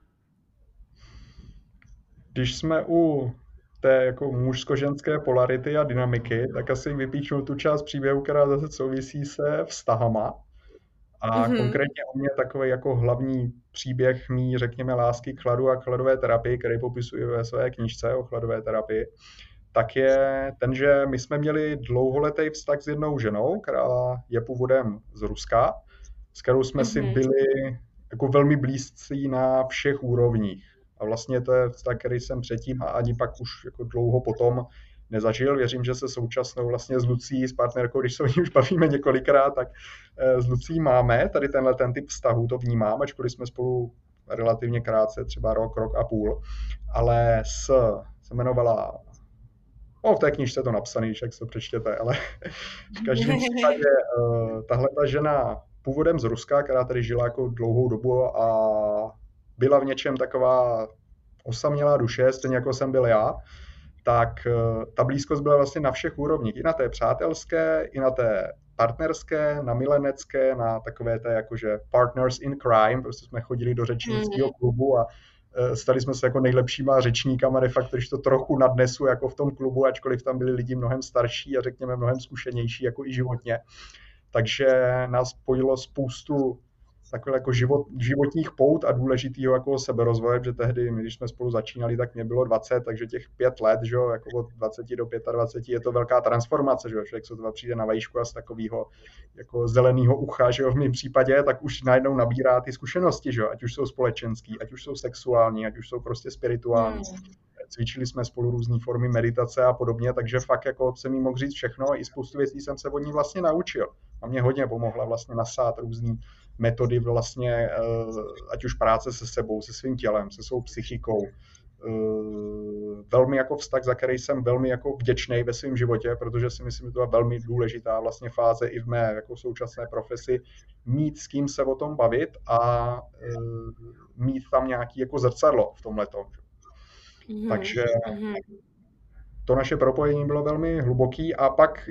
S2: Když jsme u té jako mužsko-ženské polarity a dynamiky, tak asi vypíchnu tu část příběhu, která zase souvisí se vztahama. A konkrétně u mě takový jako hlavní příběh mý, řekněme, lásky k chladu a k chladové terapii, který popisuji ve své knížce o chladové terapii, tak je ten, že my jsme měli dlouholetý vztah s jednou ženou, která je původem z Ruska, s kterou jsme si byli jako velmi blízcí na všech úrovních. A vlastně to je vztah, který jsem předtím a ani pak už jako dlouho potom nezažil. Věřím, že se současnou vlastně s Lucí, s partnerkou, když se o ní už bavíme několikrát, tak s Lucí máme tady ten typ vztahu, to vnímám, ačkoliv jsme spolu relativně krátce, třeba rok a půl, ale se jmenovala, v té knížce to napsaný, jak se to přečtěte, ale v každém případě tahle ta žena původem z Ruska, která tady žila jako dlouhou dobu a byla v něčem taková osamělá duše, stejně jako jsem byl já, tak ta blízkost byla vlastně na všech úrovních, i na té přátelské, i na té partnerské, na milenecké, na takové té jakože partners in crime, prostě jsme chodili do řečnického klubu a stali jsme se jako nejlepšíma řečníkama, de facto, když to trochu nadnesu jako v tom klubu, ačkoliv tam byli lidi mnohem starší a řekněme mnohem zkušenější jako i životně. Takže nás spojilo spoustu takové jako životních pout a důležitýho jako seberozvoje, že tehdy, když jsme spolu začínali, tak mě bylo 20, takže těch 5 let, že jo, jako od 20 do 25 je to velká transformace, že jo, člověk se to přijde na vejšku a z takového jako zeleného ucha, že jo, v mém případě, tak už najednou nabírá ty zkušenosti, že jo, ať už jsou společenský, ať už jsou sexuální, ať už jsou prostě spirituální. cvičili jsme spolu různé formy meditace a podobně, takže fakt jako jsem jí mohl říct všechno, i spoustu věcí jsem se od ní vlastně naučil. A mě hodně pomohla vlastně nasát různý metody vlastně, ať už práce se sebou, se svým tělem, se svou psychikou. Velmi jako vztah, za který jsem velmi jako vděčný ve svém životě, protože si myslím, že to je velmi důležitá vlastně fáze i v mé jako současné profesi, mít s kým se o tom bavit a mít tam nějaký jako zrcadlo v tomhletom. Takže to naše propojení bylo velmi hluboký a pak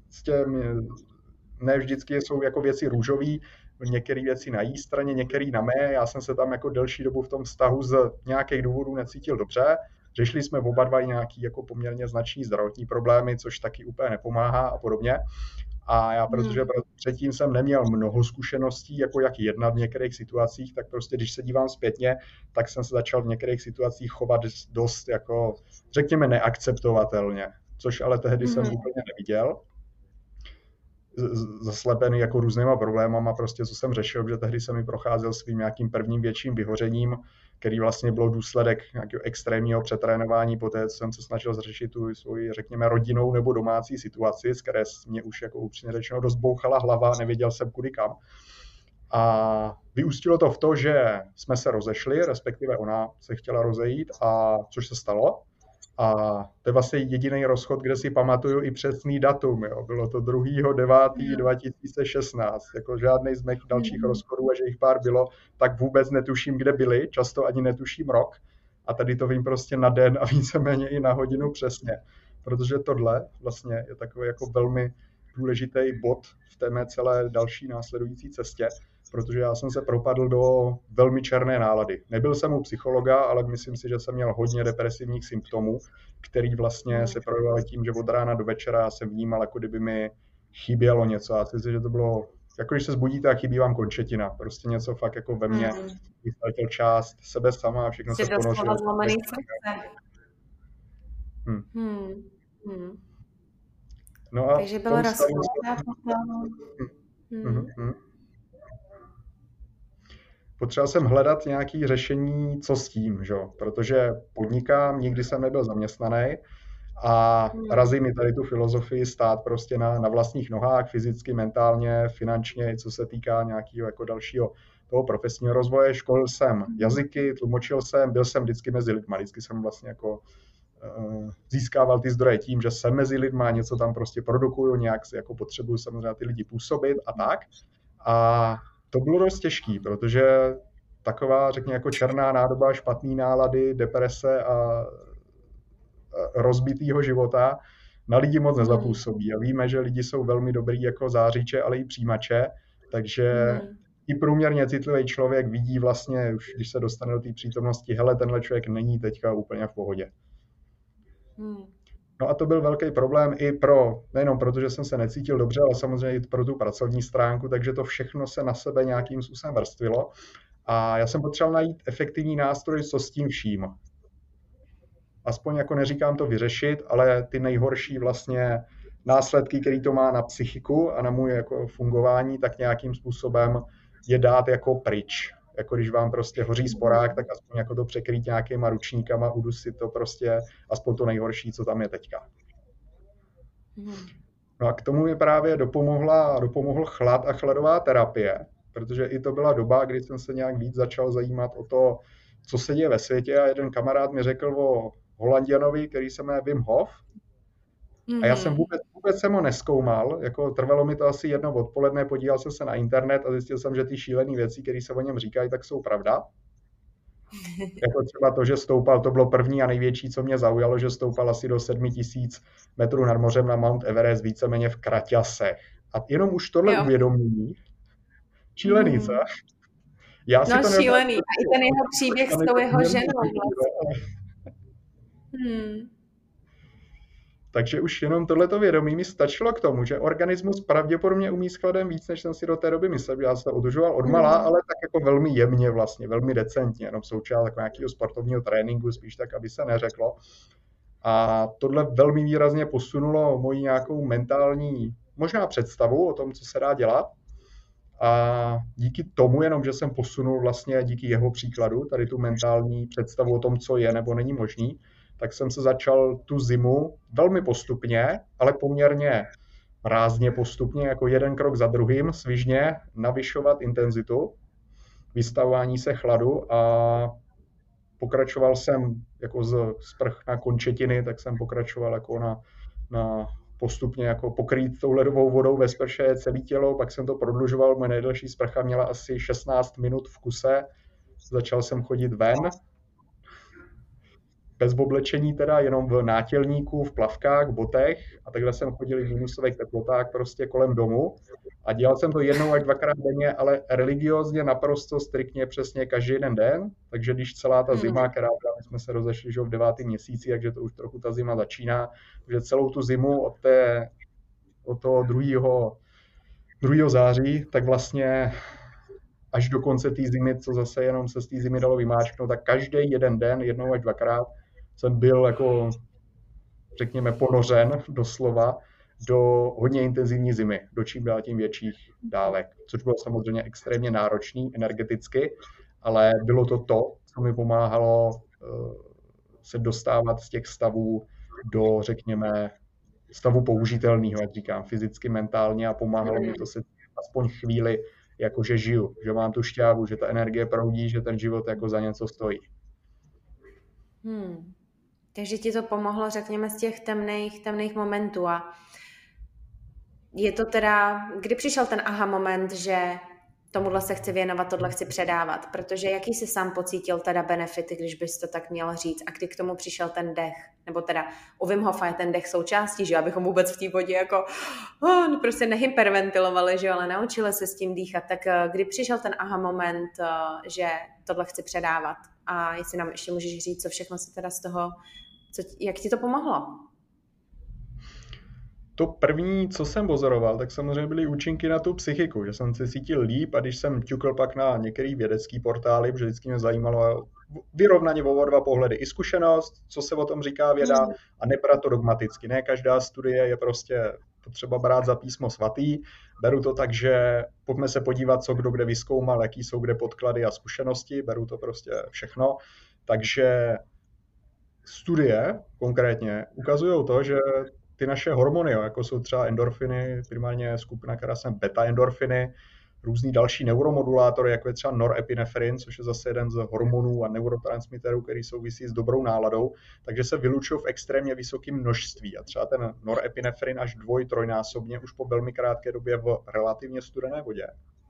S2: ne vždycky jsou jako věci růžový, některé věci na její straně, některé na mé. Já jsem se tam jako delší dobu v tom vztahu z nějakých důvodů necítil dobře. Řešili jsme oba dva nějaký jako poměrně značný zdravotní problémy, což taky úplně nepomáhá a podobně. A já, protože předtím jsem neměl mnoho zkušeností, jako jak jednat v některých situacích, tak prostě když se dívám zpětně, tak jsem se začal v některých situacích chovat dost jako, řekněme, neakceptovatelně, což ale tehdy jsem úplně neviděl. Zaslepený jako různýma problémama, prostě co jsem řešil, že tehdy jsem mi procházel svým nějakým prvním větším vyhořením, který vlastně byl důsledek nějakého extrémního přetrénování poté, co jsem se snažil řešit tu svoji, řekněme, rodinnou nebo domácí situaci, z které mě už jako upřímně řečeno dost bouchala hlava, nevěděl jsem kudy kam. A vyústilo to v to, že jsme se rozešli, respektive ona se chtěla rozejít, a což se stalo. A to je vlastně jediný rozchod, kde si pamatuju i přesný datum. Jo. Bylo to 2.9.2016. Jako žádný z mých dalších rozchodů, a že jich pár bylo, tak vůbec netuším, kde byli. Často ani netuším rok. A tady to vím prostě na den a víceméně i na hodinu přesně. Protože tohle vlastně je takový jako velmi důležitý bod v té mé celé další následující cestě, protože já jsem se propadl do velmi černé nálady. Nebyl jsem u psychologa, ale myslím si, že jsem měl hodně depresivních symptomů, který vlastně se projevovaly tím, že od rána do večera já jsem vnímal, jako kdyby mi chybělo něco. A myslím si, že to bylo, jako když se zbudíte a chybí vám končetina. Prostě něco fakt jako ve mně, vytratil část sebe sama a všechno se ponořilo. No a
S1: takže bylo rozklad.
S2: Potřeboval jsem hledat nějaké řešení, co s tím, že? Protože podnikám, nikdy jsem nebyl zaměstnaný a razí mi tady tu filozofii stát prostě na vlastních nohách, fyzicky, mentálně, finančně, co se týká nějakého jako dalšího toho profesního rozvoje. Školil jsem jazyky, tlumočil jsem, byl jsem vždycky mezi lidma, vždycky jsem vlastně jako získával ty zdroje tím, že jsem mezi lidma, něco tam prostě produkuju, nějak si jako potřebuju samozřejmě ty lidi působit a tak. A to bylo dost těžký, protože taková, řekněme, jako černá nádoba, špatný nálady, deprese a rozbitýho života na lidi moc nezapůsobí. A víme, že lidi jsou velmi dobrý jako zářiče, ale i přijímače, takže i průměrně citlivý člověk vidí vlastně, už když se dostane do té přítomnosti, hele, tenhle člověk není teďka úplně v pohodě. No a to byl velký problém i nejenom proto, že jsem se necítil dobře, ale samozřejmě i pro tu pracovní stránku, takže to všechno se na sebe nějakým způsobem vrstvilo. A já jsem potřeboval najít efektivní nástroj, co s tím vším. Aspoň jako neříkám to vyřešit, ale ty nejhorší vlastně následky, které to má na psychiku a na můj jako fungování, tak nějakým způsobem je dát jako pryč. Jako když vám prostě hoří sporák, tak aspoň jako to překrýt nějakýma ručníkama, udusit to prostě, aspoň to nejhorší, co tam je teďka. No a k tomu mi právě dopomohl chlad a chladová terapie, protože i to byla doba, kdy jsem se nějak víc začal zajímat o to, co se děje ve světě, a jeden kamarád mi řekl o Holanděnovi, který se jmenuje Wim Hof. A já jsem vůbec jsem ho nezkoumal, jako trvalo mi to asi jedno odpoledne, podíval jsem se na internet a zjistil jsem, že ty šílené věci, které se o něm říkají, tak jsou pravda. Jako třeba to, že stoupal, to bylo první a největší, co mě zaujalo, že stoupal asi do 7000 metrů nad mořem na Mount Everest, víceméně v kraťasech. A jenom už tohle uvědomění, šílený, co?
S1: Šílený. A i ten jeho příběh s tou jeho ženou.
S2: Takže už jenom tohleto vědomí mi stačilo k tomu, že organismus pravděpodobně umí s chladem víc, než jsem si do té doby myslel. Já se to odužoval od malá, ale tak jako velmi jemně vlastně, velmi decentně, jenom součást jako nějakého sportovního tréninku, spíš tak, aby se neřeklo. A tohle velmi výrazně posunulo moji nějakou mentální, možná představu o tom, co se dá dělat. A díky tomu, jenom že jsem posunul vlastně díky jeho příkladu, tady tu mentální představu o tom, co je nebo není možný, tak jsem se začal tu zimu velmi postupně, ale poměrně rázně postupně, jako jeden krok za druhým, svižně navyšovat intenzitu vystavování se chladu a pokračoval jsem jako z sprch na končetiny, tak jsem pokračoval jako na postupně jako pokrýt tou ledovou vodou ve sprše celé tělo, pak jsem to prodlužoval, moje nejdelší sprcha měla asi 16 minut v kuse, začal jsem chodit ven, bez oblečení teda, jenom v nátělníku, v plavkách, v botech a takhle jsem chodil v minusových teplotách prostě kolem domu a dělal jsem to jednou až dvakrát denně, ale religiózně naprosto striktně přesně každý jeden den, takže když celá ta zima, která my jsme se rozešli že v 9. měsíci, takže to už trochu ta zima začíná, takže celou tu zimu od toho 2. září, tak vlastně až do konce té zimy, co zase jenom se z té zimy dalo vymáčknout, tak každý jeden den, jednou až dvakrát, jsem byl jako, řekněme, ponořen doslova do hodně intenzivní zimy, do čím dál tím větších dávek, což bylo samozřejmě extrémně náročný energeticky, ale bylo to, co mi pomáhalo se dostávat z těch stavů do, řekněme, stavu použitelného, jak říkám, fyzicky, mentálně a pomáhalo mi to se aspoň chvíli jakože žiju, že mám tu šťávu, že ta energie proudí, že ten život jako za něco stojí.
S1: Takže ti to pomohlo, řekněme, z těch temných momentů. A je to teda, kdy přišel ten aha moment, že tomuhle se chci věnovat, tohle chci předávat, protože jaký jsi sám pocítil teda benefity, když bys to tak měl říct, a kdy k tomu přišel ten dech, nebo teda u Wim Hofa je ten dech součástí, že abychom vůbec v té vodě jako prostě nehyperventilovali, že ale naučili se s tím dýchat, tak kdy přišel ten aha moment, že tohle chci předávat a jestli nám ještě můžeš říct, co všechno si teda z toho, jak ti to pomohlo?
S2: To první, co jsem pozoroval, tak samozřejmě byly účinky na tu psychiku, že jsem se cítil líp a když jsem ťukl pak na některé vědecké portály, protože vždycky mě zajímalo vyrovnaně oba dva pohledy, i zkušenost, co se o tom říká věda a nebrat to dogmaticky. Ne každá studie je prostě potřeba brát za písmo svatý. Beru to tak, že pojďme se podívat, co kdo kde vyzkoumal, jaký jsou kde podklady a zkušenosti, beru to prostě všechno. Takže studie konkrétně ukazují to, že ty naše hormony, jako jsou třeba endorfiny, primárně skupina, která jsem beta-endorfiny, různý další neuromodulátory, jako je třeba norepinefrin, což je zase jeden z hormonů a neurotransmiterů, který souvisí s dobrou náladou, takže se vylučují v extrémně vysokém množství. A třeba ten norepinefrin až 2-3násobně už po velmi krátké době v relativně studené vodě.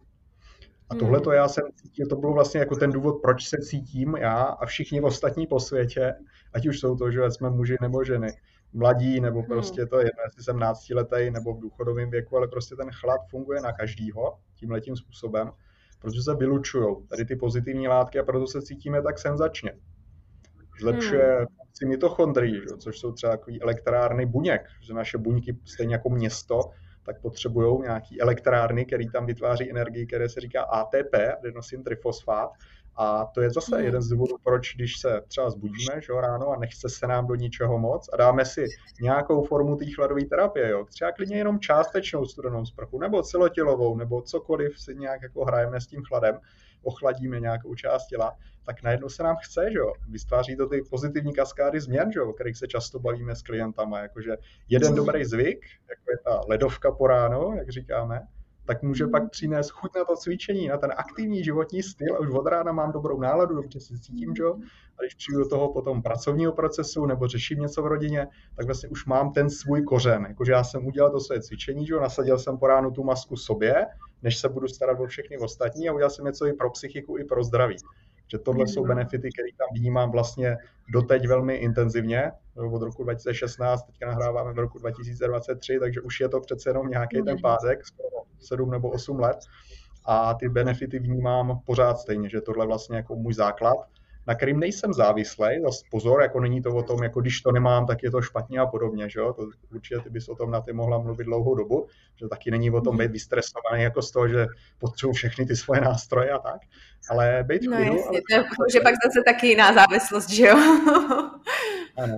S2: A tohleto já jsem cítil, to byl vlastně jako ten důvod, proč se cítím já a všichni ostatní po světě, ať už jsou to, že jsme muži nebo ženy, mladí, nebo prostě to je jedno, jestli jsem 17letý nebo v důchodovém věku, ale prostě ten chlad funguje na každýho tímhletím způsobem, protože se vylučujou tady ty pozitivní látky a proto se cítíme tak senzačně. Zlepšuje funkci mitochondrií, což jsou třeba takový elektrárny buněk, že naše buňky stejně jako město, tak potřebují nějaký elektrárny, které tam vytváří energii, které se říká ATP, adenosin trifosfát. A to je zase jeden z důvodů, proč když se třeba zbudíme že ráno a nechce se nám do ničeho moc a dáme si nějakou formu té chladové terapie, jo, třeba klidně jenom částečnou studenou sprchu, nebo celotělovou, nebo cokoliv si nějak jako hrajeme s tím chladem, ochladíme nějakou část těla, tak najednou se nám chce, že jo, vystváří to ty pozitivní kaskády změn, že jo, o kterých se často bavíme s klientama, jakože jeden dobrý zvyk, jako je ta ledovka po ráno, jak říkáme, tak může pak přinést chuť na to cvičení, na ten aktivní životní styl a už od rána mám dobrou náladu, dobře si cítím, že jo? A když přijdu do toho potom pracovního procesu nebo řeším něco v rodině, tak vlastně už mám ten svůj kořen, jakože já jsem udělal to své cvičení, že jo? Nasadil jsem po ránu tu masku sobě, než se budu starat o všechny ostatní a udělal jsem něco i pro psychiku, i pro zdraví. Že tohle jsou benefity, které tam vnímám vlastně doteď velmi intenzivně, od roku 2016, teďka nahráváme v roku 2023, takže už je to přece jenom nějaký ten pádek, skoro 7 nebo 8 let a ty benefity vnímám pořád stejně, že tohle vlastně jako můj základ, na kterým nejsem závislej, zase pozor, jako není to o tom, jako když to nemám, tak je to špatně a podobně, že jo, to určitě ty bys o tom na ty mohla mluvit dlouhou dobu, že taky není o tom být vystresovaný jako z toho, že potřebuji všechny ty svoje nástroje a tak, ale být v klidu.
S1: No jasně, ale... že pak zase taky jiná závislost, že jo?
S2: Ano.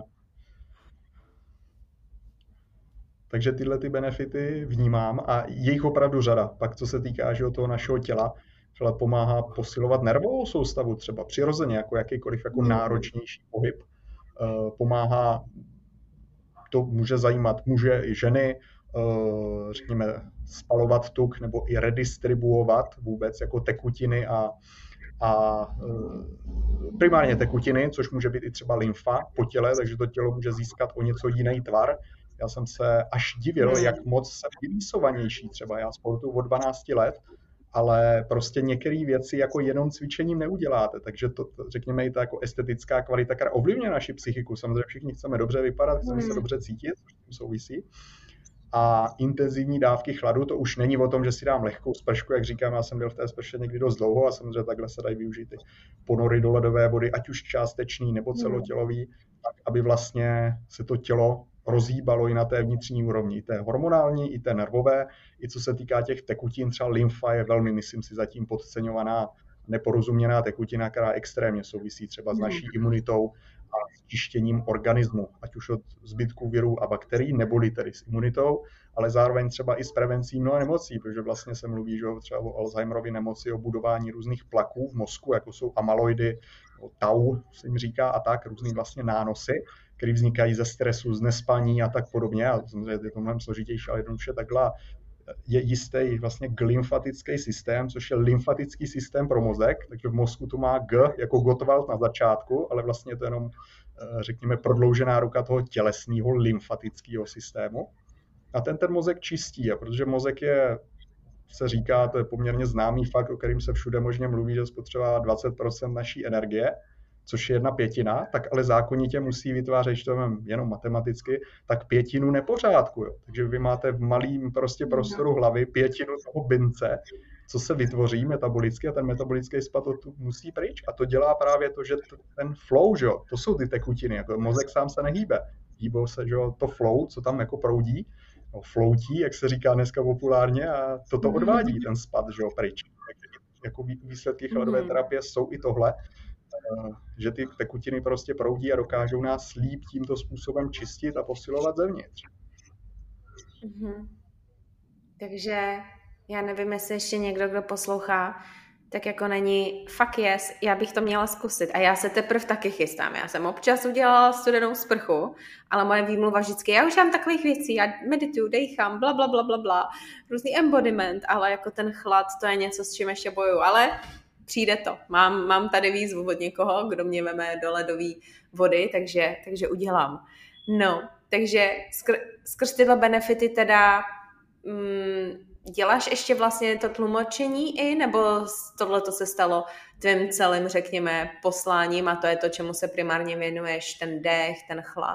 S2: Takže tyhle ty benefity vnímám a je jich opravdu řada. Pak co se týká že toho našeho těla, chlad pomáhá posilovat nervovou soustavu třeba přirozeně, jako jakýkoliv jako náročnější pohyb. pomáhá, to může zajímat muže i ženy, řekněme, spalovat tuk nebo i redistribuovat vůbec jako tekutiny a primárně tekutiny, což může být i třeba lymfa po těle, takže to tělo může získat o něco jiný tvar. Já jsem se až divil, jak moc jsem vylísovanější třeba. Já sportuju od 12 let, ale prostě některé věci jako jenom cvičením neuděláte, takže to řekněme i ta jako estetická kvalita, která ovlivňuje naši psychiku. Samozřejmě všichni chceme dobře vypadat, chceme se dobře cítit, což souvisí. A intenzivní dávky chladu, to už není o tom, že si dám lehkou spršku, jak říkám, já jsem byl v té sprše někdy dost dlouho a samozřejmě takhle se dají využít i ponory do ledové vody, ať už částečný nebo celotělový, tak aby vlastně se to tělo rozhýbalo i na té vnitřní úrovni, i té hormonální, i té nervové, i co se týká těch tekutin, třeba lymfa je velmi, myslím si, zatím podceňovaná, neporozuměná tekutina, která extrémně souvisí třeba s naší imunitou a s čištěním organismu, ať už od zbytků virů a bakterií, neboli tedy s imunitou, ale zároveň třeba i s prevencí mnoha nemocí, protože vlastně se mluví, že třeba o Alzheimerově nemoci, o budování různých plaků v mozku, jako jsou amyloidy, tau se jim říká a tak, různý vlastně nánosy, které vznikají ze stresu, z nespaní a tak podobně. A samozřejmě je to mnohem složitější, ale jednoduše takhle je jistý vlastně glymfatický systém, což je lymfatický systém pro mozek, takže v mozku to má G jako Gottwald na začátku, ale vlastně je to jenom, řekněme, prodloužená ruka toho tělesného lymfatického systému. A ten mozek čistí, a protože mozek je, se říká, to je poměrně známý fakt, o kterým se všude možně mluví, že spotřebuje 20% naší energie, což je 1/5, tak ale zákonitě musí vytvářet, že to jenom matematicky, tak 1/5 nepořádku. Jo. Takže vy máte v malým prostě prostoru hlavy 1/5 toho bince, co se vytvoří metabolicky a ten metabolický spad musí pryč. A to dělá právě to, že ten flow, že jo, to jsou ty tekutiny, jako mozek sám se nehýbe. Hýbou se, že jo, to flow, co tam jako proudí, no, floutí, jak se říká dneska populárně, a toto odvádí ten spad, že jo, pryč. Jako výsledky chladové terapie jsou i tohle, že ty tekutiny prostě proudí a dokážou nás líp tímto způsobem čistit a posilovat zevnitř.
S1: Takže já nevím, jestli ještě někdo, kdo poslouchá, tak jako není fuck yes, já bych to měla zkusit. A já se teprve taky chystám. Já jsem občas udělala studenou sprchu, ale moje výmluva vždycky, já už mám takových věcí, já medituju, dejchám, bla, bla, bla, bla, bla, různý embodiment, ale jako ten chlad, to je něco, s čím ještě bojuju. Ale přijde to. Mám tady výzvu od někoho, kdo mě veme do ledové vody, takže udělám. No, takže skrz tyhle benefity teda děláš ještě vlastně to tlumočení i, nebo tohle to se stalo tvým celým, řekněme, posláním a to je to, čemu se primárně věnuješ, ten dech, ten chlad?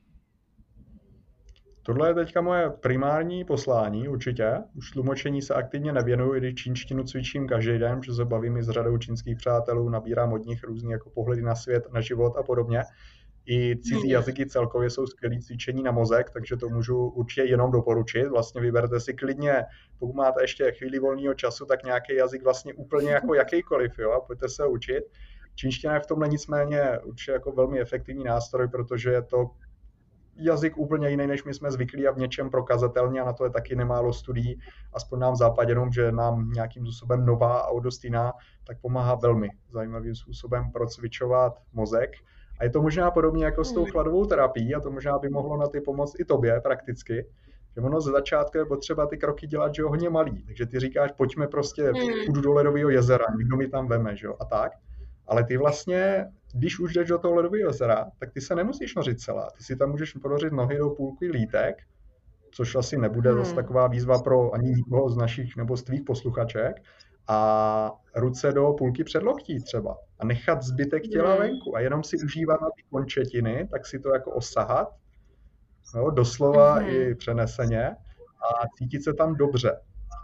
S2: Tohle je teďka moje primární poslání, určitě. Už tlumočení se aktivně nevěnuju, i když čínštinu cvičím každý den, protože se bavím i s řadou čínských přátelů, nabírám od nich různý jako pohledy na svět, na život a podobně. I cizí jazyky celkově jsou skvělý cvičení na mozek, takže to můžu určitě jenom doporučit. Vlastně vyberte si klidně, pokud máte ještě chvíli volného času, tak nějaký jazyk vlastně úplně jako jakýkoliv, jo, a pojďte se učit. Čínština je v tomhle nicméně určitě jako velmi efektivní nástroj, protože je to jazyk úplně jiný, než my jsme zvyklí a v něčem prokazatelně, a na to je taky nemálo studií, aspoň nám v západě, jenom, že nám nějakým způsobem nová a dost jiná, tak pomáhá velmi zajímavým způsobem procvičovat mozek. A je to možná podobně jako s tou chladovou terapií a to možná by mohlo na ty pomoct i tobě prakticky, že ono ze začátku je potřeba ty kroky dělat, že jo, hodně malý. Takže ty říkáš, pojďme prostě, půjdu do ledového jezera, někdo mi tam veme, že jo, a tak. Ale ty vlastně, když už jdeš do toho ledového jezera, tak ty se nemusíš nořit celá. Ty si tam můžeš ponořit nohy do půlky lítek, což asi nebude zase taková výzva pro ani nikoho z našich nebo z tvých posluchaček, a ruce do půlky předloktí třeba a nechat zbytek těla venku a jenom si užívat na ty končetiny, tak si to jako osahat, jo, doslova i přeneseně a cítit se tam dobře.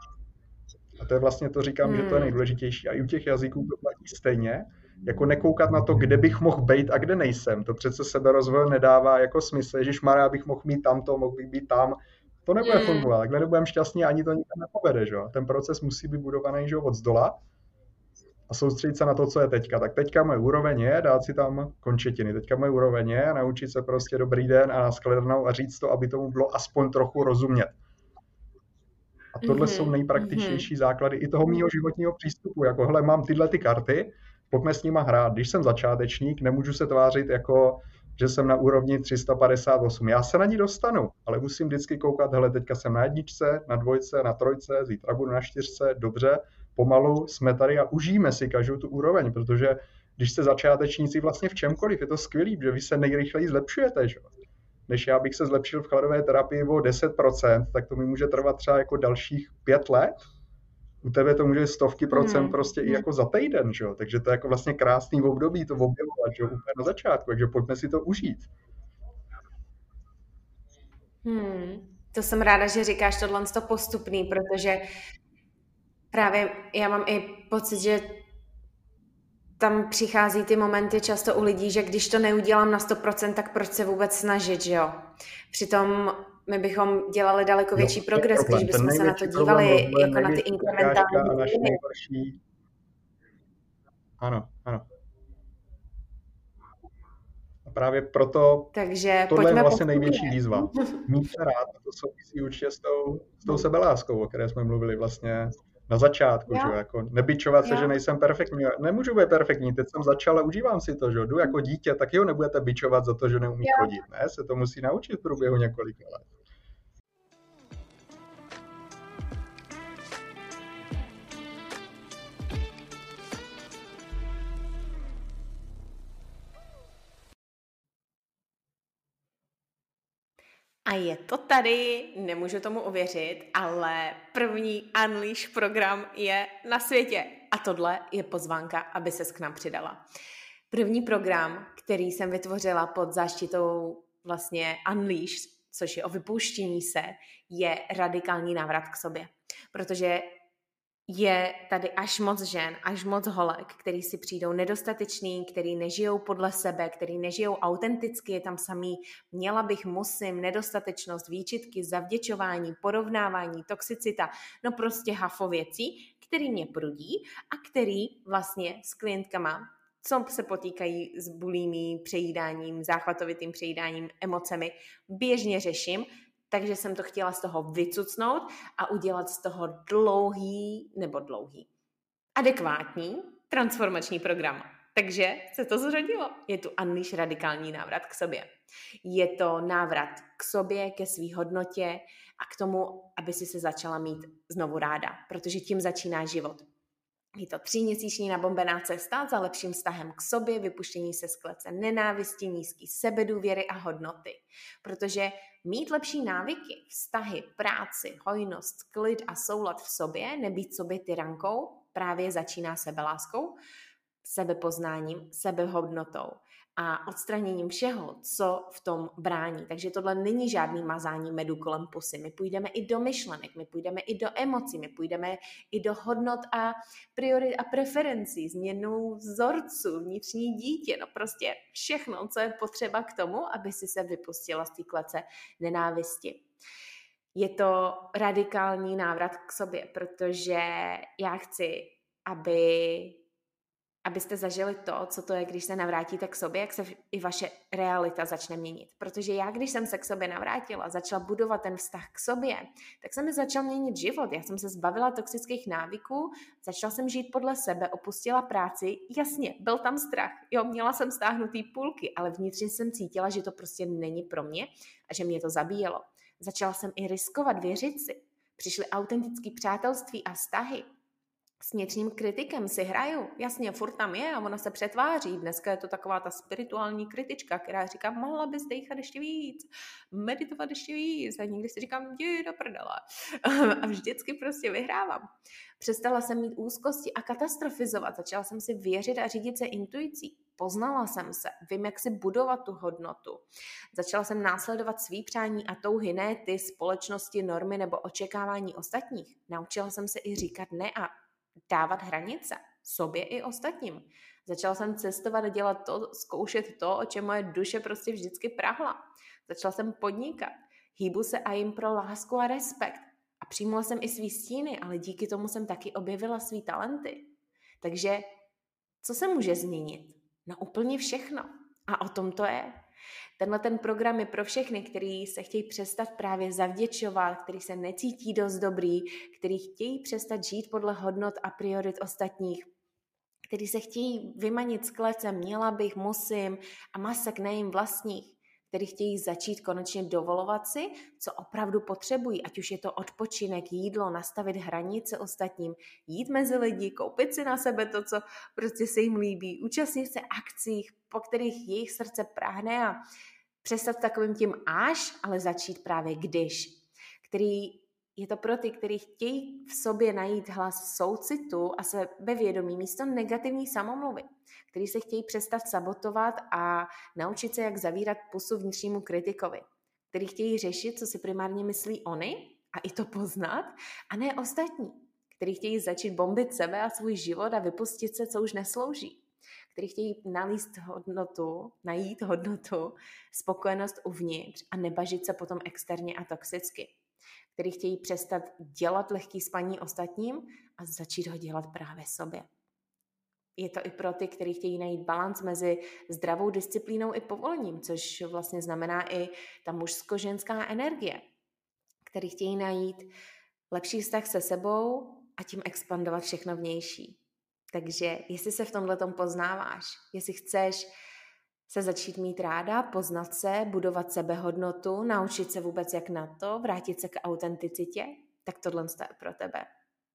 S2: A to je vlastně to, říkám, že to je nejdůležitější. A i u těch jazyků to platí stejně, jako nekoukat na to, kde bych mohl být a kde nejsem. To přece seberozvoj nedává jako smysl, ježišmarja, bych mohl mít tamto, mohl bych být tam. To nebude fungovat, takhle nebudeme šťastní, ani to nikam nepovede, že? Ten proces musí být budovaný, že, od zdola a soustředit se na to, co je teďka. Tak teďka moje úroveň je dát si tam končetiny, teďka moje úroveň je naučit se prostě dobrý den a nashledanou a říct to, aby tomu bylo aspoň trochu rozumět. A tohle jsou nejpraktičtější základy i toho mýho životního přístupu, jako hele, mám tyhle ty karty, pojďme s nima hrát. Když jsem začátečník, nemůžu se tvářit jako že jsem na úrovni 358. Já se na ní dostanu, ale musím vždycky koukat, hele, teďka jsem na 1, na 2, na 3, zítra budu na 4, dobře, pomalu jsme tady a užijeme si každou tu úroveň, protože když jste začátečníci vlastně v čemkoliv, je to skvělý, že vy se nejrychleji zlepšujete, že? Než já bych se zlepšil v chladové terapii o 10%, tak to mi může trvat třeba jako dalších 5 let. U tebe to může stovky procent prostě i jako za týden, že jo? Takže to je jako vlastně krásný období to objevovat, že jo? Úplně na začátku, takže pojďme si to užít.
S1: To jsem ráda, že říkáš tohle postupný, protože právě já mám i pocit, že tam přichází ty momenty často u lidí, že když to neudělám na 100%, tak proč se vůbec snažit, že jo? Přitom my bychom dělali daleko větší progres, když bychom se na to dívali jako na ty inkrementální.
S2: Ano. A právě proto tohle je vlastně největší výzva. Mít se rád, to souvisí určitě s tou sebeláskou, o které jsme mluvili vlastně na začátku, že jako nebičovat se, že nejsem perfektní. Nemůžu být perfektní, teď jsem začal a užívám si to, že jdu jako dítě, tak jo, nebudete bičovat za to, že neumí chodit. Ne, se to musí naučit v průběhu několika let.
S1: A je to tady, nemůžu tomu uvěřit, ale první Unleash program je na světě. A tohle je pozvánka, aby ses k nám přidala. První program, který jsem vytvořila pod záštitou vlastně Unleash, což je o vypouštění se, je radikální návrat k sobě. Protože je tady až moc žen, až moc holek, který si přijdou nedostateční, který nežijou podle sebe, který nežijou autenticky, je tam samý měla bych, musím, nedostatečnost, výčitky, zavděčování, porovnávání, toxicita, no prostě hafo věcí, který mě prudí a který vlastně s klientkama, co se potýkají s bulimí, přejídáním, záchvatovitým přejídáním, emocemi, běžně řeším. Takže jsem to chtěla z toho vycucnout a udělat z toho adekvátní transformační program. Takže se to zrodilo. Je tu Unleash radikální návrat k sobě. Je to návrat k sobě, ke svý hodnotě a k tomu, aby si se začala mít znovu ráda, protože tím začíná život. Je to 3měsíční nabombená cesta za lepším vztahem k sobě, vypuštění se z klece nenávisti, nízký sebedůvěry a hodnoty. Protože mít lepší návyky, vztahy, práci, hojnost, klid a soulad v sobě, nebýt sobě tyrankou, právě začíná sebeláskou, sebepoznáním, sebehodnotou a odstraněním všeho, co v tom brání. Takže tohle není žádný mazání medu kolem pusy. My půjdeme i do myšlenek, my půjdeme i do emocí, my půjdeme i do hodnot a priorit a preferencí, změnou vzorců, vnitřní dítě, no prostě všechno, co je potřeba k tomu, aby si se vypustila z té klece nenávisti. Je to radikální návrat k sobě, protože já chci, abyste zažili to, co to je, když se navrátíte k sobě, jak se i vaše realita začne měnit. Protože já, když jsem se k sobě navrátila, začala budovat ten vztah k sobě, tak se mi začal měnit život. Já jsem se zbavila toxických návyků, začala jsem žít podle sebe, opustila práci. Jasně, byl tam strach. Jo, měla jsem stáhnutý půlky, ale vnitřně jsem cítila, že to prostě není pro mě a že mě to zabíjelo. Začala jsem i riskovat, věřit si. Přišly autentické přátelství a vztahy. S vnitřním kritikem si hraju. Jasně, furt tam je a ona se přetváří. Dneska je to taková ta spirituální kritička, která říká, mohla bys dejchat ještě víc, meditovat ještě víc. A někdy si říkám, jdi do prdele. A vždycky prostě vyhrávám. Přestala jsem mít úzkosti a katastrofizovat. Začala jsem si věřit a řídit se intuicí. Poznala jsem se, vím, jak si budovat tu hodnotu. Začala jsem následovat svý přání a touhy, ne ty společnosti, normy nebo očekávání ostatních. Naučila jsem se i říkat ne a dávat hranice sobě i ostatním. Začala jsem cestovat a dělat to, zkoušet to, o čem moje duše prostě vždycky prahla. Začala jsem podnikat. Hýbu se a jim pro lásku a respekt. A přijmula jsem i svý stíny, ale díky tomu jsem taky objevila svý talenty. Takže co se může změnit? No úplně všechno. A o tom to je. Tenhle ten program je pro všechny, kteří se chtějí přestat právě zavděčovat, kteří se necítí dost dobrý, kteří chtějí přestat žít podle hodnot a priorit ostatních, který se chtějí vymanit z klece, měla bych, musím a masek nejím vlastních, který chtějí začít konečně dovolovat si, co opravdu potřebují, ať už je to odpočinek, jídlo, nastavit hranice ostatním, jít mezi lidi, koupit si na sebe to, co prostě se jim líbí, účastnit se akcích, po kterých jejich srdce práhne a přestat takovým tím až, ale začít právě když, který je to pro ty, kteří chtějí v sobě najít hlas soucitu a sebevědomí místo negativní samomluvy, kteří se chtějí přestat sabotovat a naučit se, jak zavírat pusu vnitřnímu kritikovi, kteří chtějí řešit, co si primárně myslí oni a i to poznat, a ne ostatní, kteří chtějí začít bombit sebe a svůj život a vypustit se, co už neslouží, kteří chtějí najít hodnotu, spokojenost uvnitř a nebažit se potom externě a toxicky, který chtějí přestat dělat lehký spaní ostatním a začít ho dělat právě sobě. Je to i pro ty, kteří chtějí najít balans mezi zdravou disciplínou i povolením, což vlastně znamená i ta mužsko-ženská energie, který chtějí najít lepší vztah se sebou a tím expandovat všechno vnější. Takže jestli se v tomhletom poznáváš, jestli chceš se začít mít ráda, poznat se, budovat sebehodnotu, naučit se vůbec jak na to, vrátit se k autenticitě, tak tohle je pro tebe.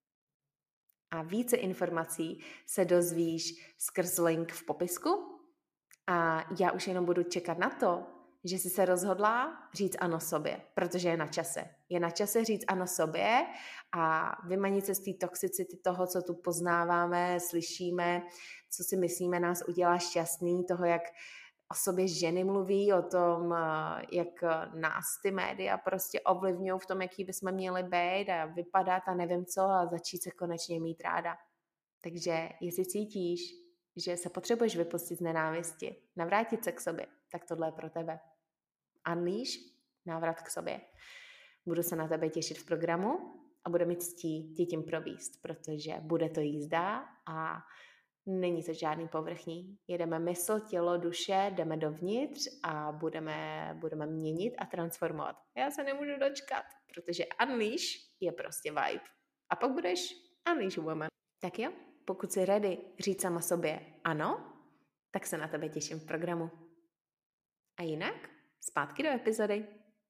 S1: A více informací se dozvíš skrz link v popisku a já už jenom budu čekat na to, že jsi se rozhodla říct ano sobě, protože je na čase. Je na čase říct ano sobě a vymanit se z té toxicity toho, co tu poznáváme, slyšíme, co si myslíme nás udělá šťastný, toho, jak o sobě ženy mluví, o tom, jak nás ty média prostě ovlivňují v tom, jaký bychom měli být a vypadat a nevím co a začít se konečně mít ráda. Takže jestli cítíš, že se potřebuješ vypustit z nenávisti, navrátit se k sobě, tak tohle je pro tebe. Unleash, návrat k sobě. Budu se na tebe těšit v programu a bude mi ctí tě tím províst, protože bude to jízda a není to žádný povrchní. Jedeme mysl, tělo, duše, jdeme dovnitř a budeme měnit a transformovat. Já se nemůžu dočkat, protože Unleash je prostě vibe. A pak budeš Unleash woman. Tak jo, pokud jsi ready říct sama sobě ano, tak se na tebe těším v programu. A jinak, zpátky do epizody.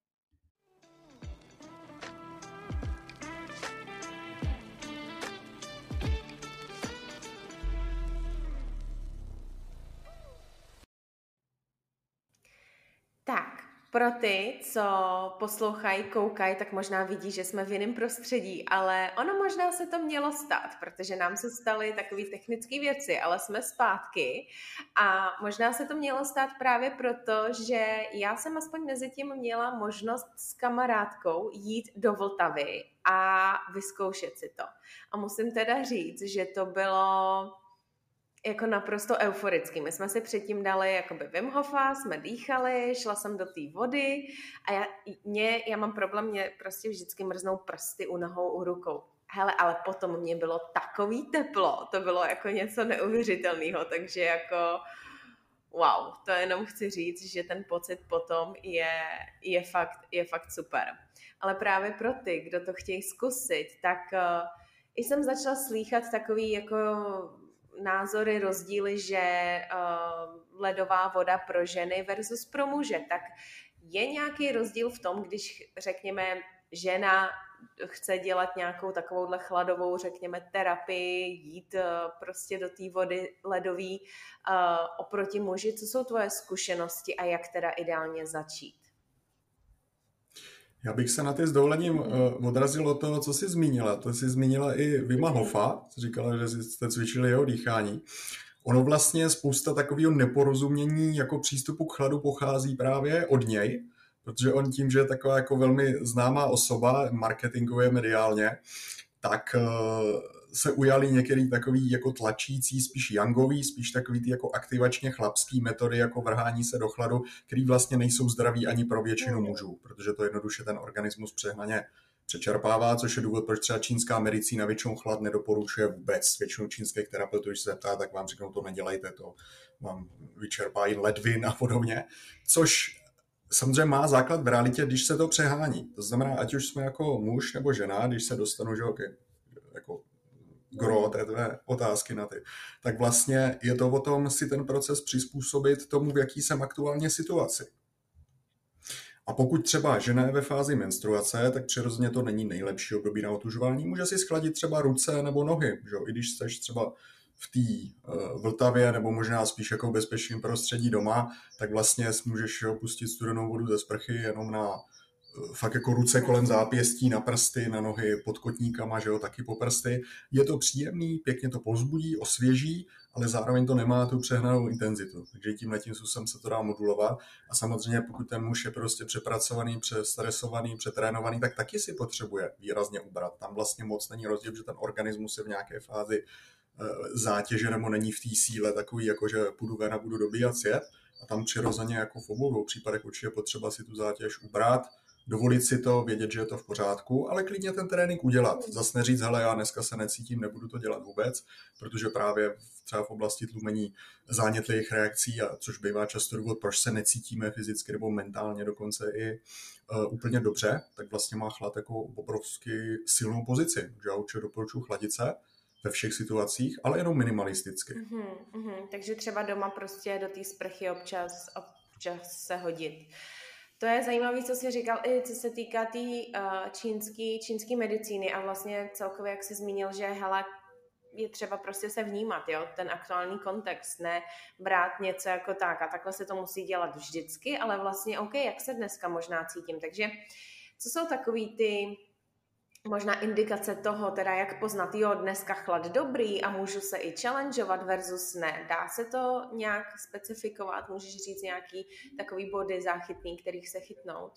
S1: Tak, pro ty, co poslouchají, koukají, tak možná vidí, že jsme v jiném prostředí, ale ono možná se to mělo stát, protože nám se staly takové technické věci, ale jsme zpátky a možná se to mělo stát právě proto, že já jsem aspoň mezi tím měla možnost s kamarádkou jít do Vltavy a vyzkoušet si to. A musím teda říct, že to bylo jako naprosto euforický. My jsme si předtím dali jakoby Wim Hofa, jsme dýchali, šla jsem do té vody a já mám problém, mě prostě vždycky mrznou prsty u nohou, u rukou. Hele, ale potom mě bylo takový teplo, to bylo jako něco neuvěřitelného, takže jako wow, to jenom chci říct, že ten pocit potom je fakt super. Ale právě pro ty, kdo to chtějí zkusit, tak jsem začala slýchat takový jako názory, rozdíly, že ledová voda pro ženy versus pro muže. Tak je nějaký rozdíl v tom, když řekněme žena chce dělat nějakou takovouhle chladovou, řekněme, terapii, jít prostě do té vody ledový oproti muži. Co jsou tvoje zkušenosti a jak teda ideálně začít?
S2: Já bych se na ty s dovolením odrazil od toho, co jsi zmínila. To jsi zmínila i Wima Hofa, říkala, že jste cvičili jeho dýchání. Ono vlastně spousta takového neporozumění jako přístupu k chladu pochází právě od něj, protože on tím, že je taková jako velmi známá osoba, marketingově, mediálně, tak se ujali některý takový jako tlačící, spíš jangový, spíš takový ty jako aktivačně chlapský metody jako vrhání se do chladu, který vlastně nejsou zdraví ani pro většinu mužů, protože to jednoduše ten organismus přehnaně přečerpává, což je důvod, proč třeba čínská medicína většinou chlad nedoporučuje vůbec. Většinou čínských terapeutů, když se zeptá, tak vám řeknou, to nedělejte, to vám vyčerpají ledvin a podobně, což samozřejmě má základ v realitě, když se to přehání. To znamená, ať už jsme jako muž nebo žena, když se dostanu, že jako
S3: gro té tvé otázky na ty, tak vlastně je to o tom si ten proces přizpůsobit tomu, v jaký jsem aktuálně situaci. A pokud třeba žena je ve fázi menstruace, tak přirozeně to není nejlepší období na otužování. Může si schladit třeba ruce nebo nohy, že? I když jsi třeba v té Vltavě nebo možná spíš jako v bezpečném prostředí doma, tak vlastně můžeš pustit studenou vodu ze sprchy jenom na fakt jako ruce kolem zápěstí, na prsty, na nohy pod kotníkama, že jo, taky po prsty. Je to příjemný, pěkně to povzbudí, osvěží, ale zároveň to nemá tu přehnanou intenzitu. Takže tímhletím způsobem se to dá modulovat. A samozřejmě pokud ten muž je prostě přepracovaný, přestresovaný, přetrénovaný, tak taky si potřebuje výrazně ubrat. Tam vlastně moc není rozdíl, že ten organismus je v nějaké fázi zátěže nebo není v té síle takový, jako že půjdu ven a budu dobíjat svět. A tam přirozeně jako v obou případech určitě potřeba si tu zátěž ubrat, dovolit si to, vědět, že je to v pořádku, ale klidně ten trénink udělat. Zas neříct, hele, já dneska se necítím, nebudu to dělat vůbec, protože právě třeba v oblasti tlumení zánětlivých reakcí, a což bývá často důvod, proč se necítíme fyzicky nebo mentálně dokonce i úplně dobře, tak vlastně má chlad jako obrovsky silnou pozici. Já určitě doporučuji chladit se ve všech situacích, ale jenom minimalisticky.
S1: Takže třeba doma prostě do té sprchy občas se hodit. To je zajímavé, co jsi říkal, i co se týká té čínské medicíny a vlastně celkově, jak jsi zmínil, že hele, je třeba prostě se vnímat, jo, ten aktuální kontext, ne brát něco jako tak a takhle se to musí dělat vždycky, ale vlastně OK, jak se dneska možná cítím. Takže co jsou takový ty možná indikace toho, teda jak poznat, jo, dneska chlad dobrý a můžu se i challengeovat versus ne. Dá se to nějak specifikovat? Můžeš říct nějaký takový body záchytný, kterých se chytnout?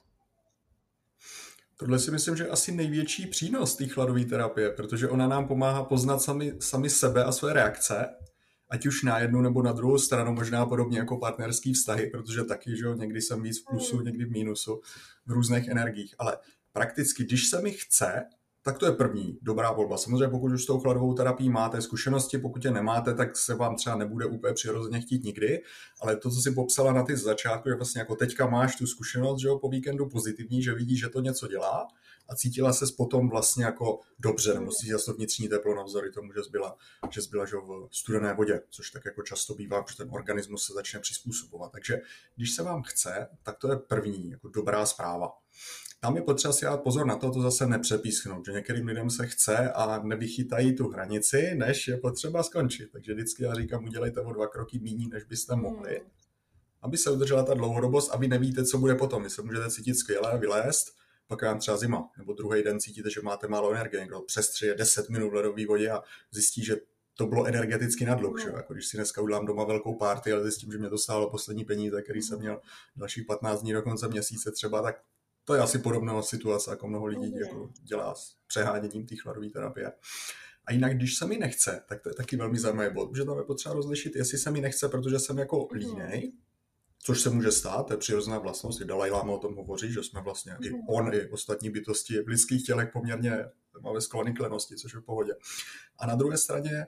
S3: Tohle si myslím, že je asi největší přínos té chladové terapie, protože ona nám pomáhá poznat sami sebe a své reakce, ať už na jednu nebo na druhou stranu, možná podobně jako partnerský vztahy, protože taky, že jo, někdy jsem víc v plusu, někdy v mínusu, v různých energiích, ale prakticky, když se mi chce, tak to je první dobrá volba. Samozřejmě pokud už s tou chladovou terapií máte zkušenosti, pokud je nemáte, tak se vám třeba nebude úplně přirozeně chtít nikdy, ale to, co si popsala na ty začátku, že vlastně jako teďka máš tu zkušenost, že jo, po víkendu pozitivní, že vidíš, že to něco dělá a cítila ses potom vlastně jako dobře, nebo cítila to vnitřní teplo navzdory tomu, že zbyla že v studené vodě, což tak jako často bývá, protože ten organismus se začne přizpůsobovat. Takže když se vám chce, tak to je první jako dobrá zpráva. Tam je potřeba si dát pozor na to zase nepřepísknout, že některým lidem se chce a nevychytají tu hranici, než je potřeba skončit. Takže vždycky já říkám, udělejte o 2 kroky méně, než byste mohli, aby se udržela ta dlouhodobost a vy nevíte, co bude potom. Vy se můžete cítit skvěle, vylézt, pak vám třeba zima, nebo druhý den cítíte, že máte málo energie, někdo přestřeje 10 minut v ledové vodě a zjistí, že to bylo energeticky nadluh, že? Jako když si dneska udělám doma velkou party, ale zjistím, že mě to stálo poslední peníze, který jsem měl dalších 15 dní do konce měsíce třeba, tak to je asi podobná situace, jako mnoho lidí jako dělá s přeháněním té chladové terapie. A jinak, když se mi nechce, tak to je taky velmi zajímavý bod, že tam je potřeba rozlišit, jestli se mi nechce, protože jsem jako línej, což se může stát, to je přirozená vlastnost, i Dalaj Lama o tom hovoří, že jsme vlastně i on, i ostatní bytosti v lidských tělech poměrně máme sklony k lenosti, což je v pohodě. A na druhé straně,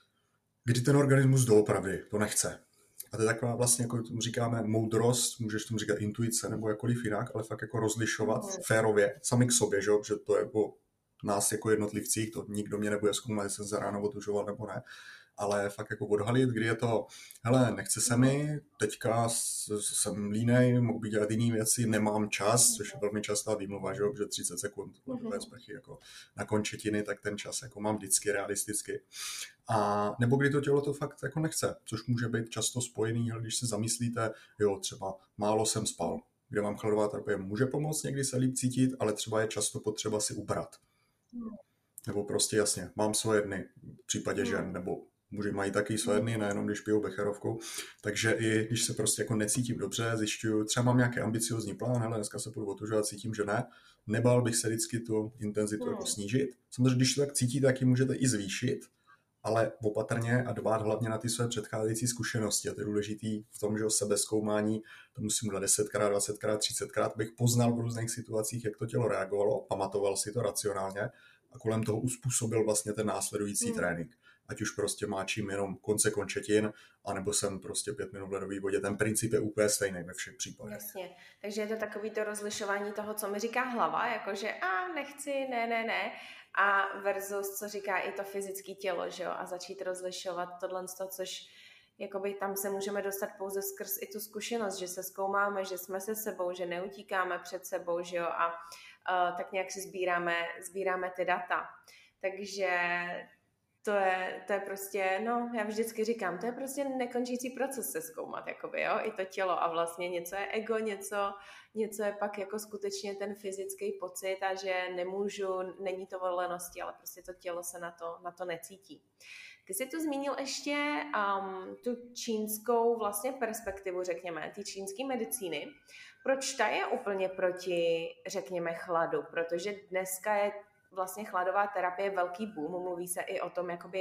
S3: kdy ten organismus doopravdy to nechce. A to je taková vlastně, jako tomu říkáme, moudrost, můžeš tomu říkat intuice nebo jakkoliv jinak, ale fakt jako rozlišovat férově, sami k sobě, že to je o nás jako jednotlivcích, to nikdo mě nebude zkoumat, jestli jsem se ráno otužoval nebo ne, ale fakt jako odhalit, kdy je to, hele, nechce se mi, teďka jsem línej, mohu být dělat jiné věci, nemám čas, což je velmi častá výmluva, že 30 sekund ledové sprchy jako na končetiny, tak ten čas jako mám vždycky realisticky. A nebo kdy to tělo to fakt jako nechce, což může být často spojený, když se zamyslíte, jo, třeba málo jsem spal, kde vám chladová terapie může pomoct někdy se líp cítit, ale třeba je často potřeba si ubrat. Nebo prostě jasně, mám svoje dny, v případě žen, nebo muži mají taky své dny, nejenom když pijou becherovku, takže i když se prostě jako necítím dobře, zjišťuju, třeba mám nějaký ambiciozní plán, hele, dneska se půjdu otužovat, cítím, že ne, nebál bych se vždycky tu intenzitu jako snížit. Samozřejmě, když to tak cítíte, tak ji můžete i zvýšit, ale opatrně a dbát hlavně na ty své předcházející zkušenosti. A to je důležitý v tom, že o sebezkoumání to musím udělat 10krát, 20krát, 30krát, abych poznal v různých situacích, jak to tělo reagovalo, pamatoval si to racionálně a kolem toho uspůsobil vlastně ten následující trénink. ať už prostě máčím jenom konce končetin, anebo jsem prostě 5 minut v ledové vodě. Ten princip je úplně stejný ve všech případech.
S1: Jasně, takže je to takový to rozlišování toho, co mi říká hlava, jakože nechci, ne, a versus, co říká i to fyzické tělo, že jo, a začít rozlišovat tohle, což jakoby tam se můžeme dostat pouze skrz i tu zkušenost, že se zkoumáme, že jsme se sebou, že neutíkáme před sebou, že jo, a tak nějak si sbíráme ty data. Takže to je prostě, já vždycky říkám, to je prostě nekončící proces se zkoumat, jakoby, jo, i to tělo a vlastně něco je ego, něco je pak jako skutečně ten fyzický pocit a že není to o lenosti, ale prostě to tělo se na to necítí. Ty jsi tu zmínil ještě tu čínskou vlastně perspektivu, řekněme, ty čínské medicíny. Proč ta je úplně proti, řekněme, chladu? Protože dneska je vlastně chladová terapie velký boom. Mluví se i o tom, jakoby,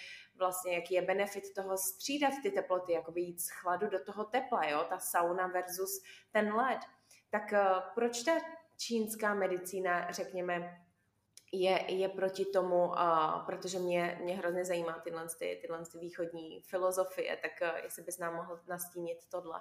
S1: jaký je benefit toho střídat ty teploty, jakoby jít z chladu do toho tepla, jo? Ta sauna versus ten led. Tak proč ta čínská medicína, řekněme, je proti tomu, protože mě hrozně zajímá tyhle východní filozofie, tak jestli bys nám mohl nastínit tohle.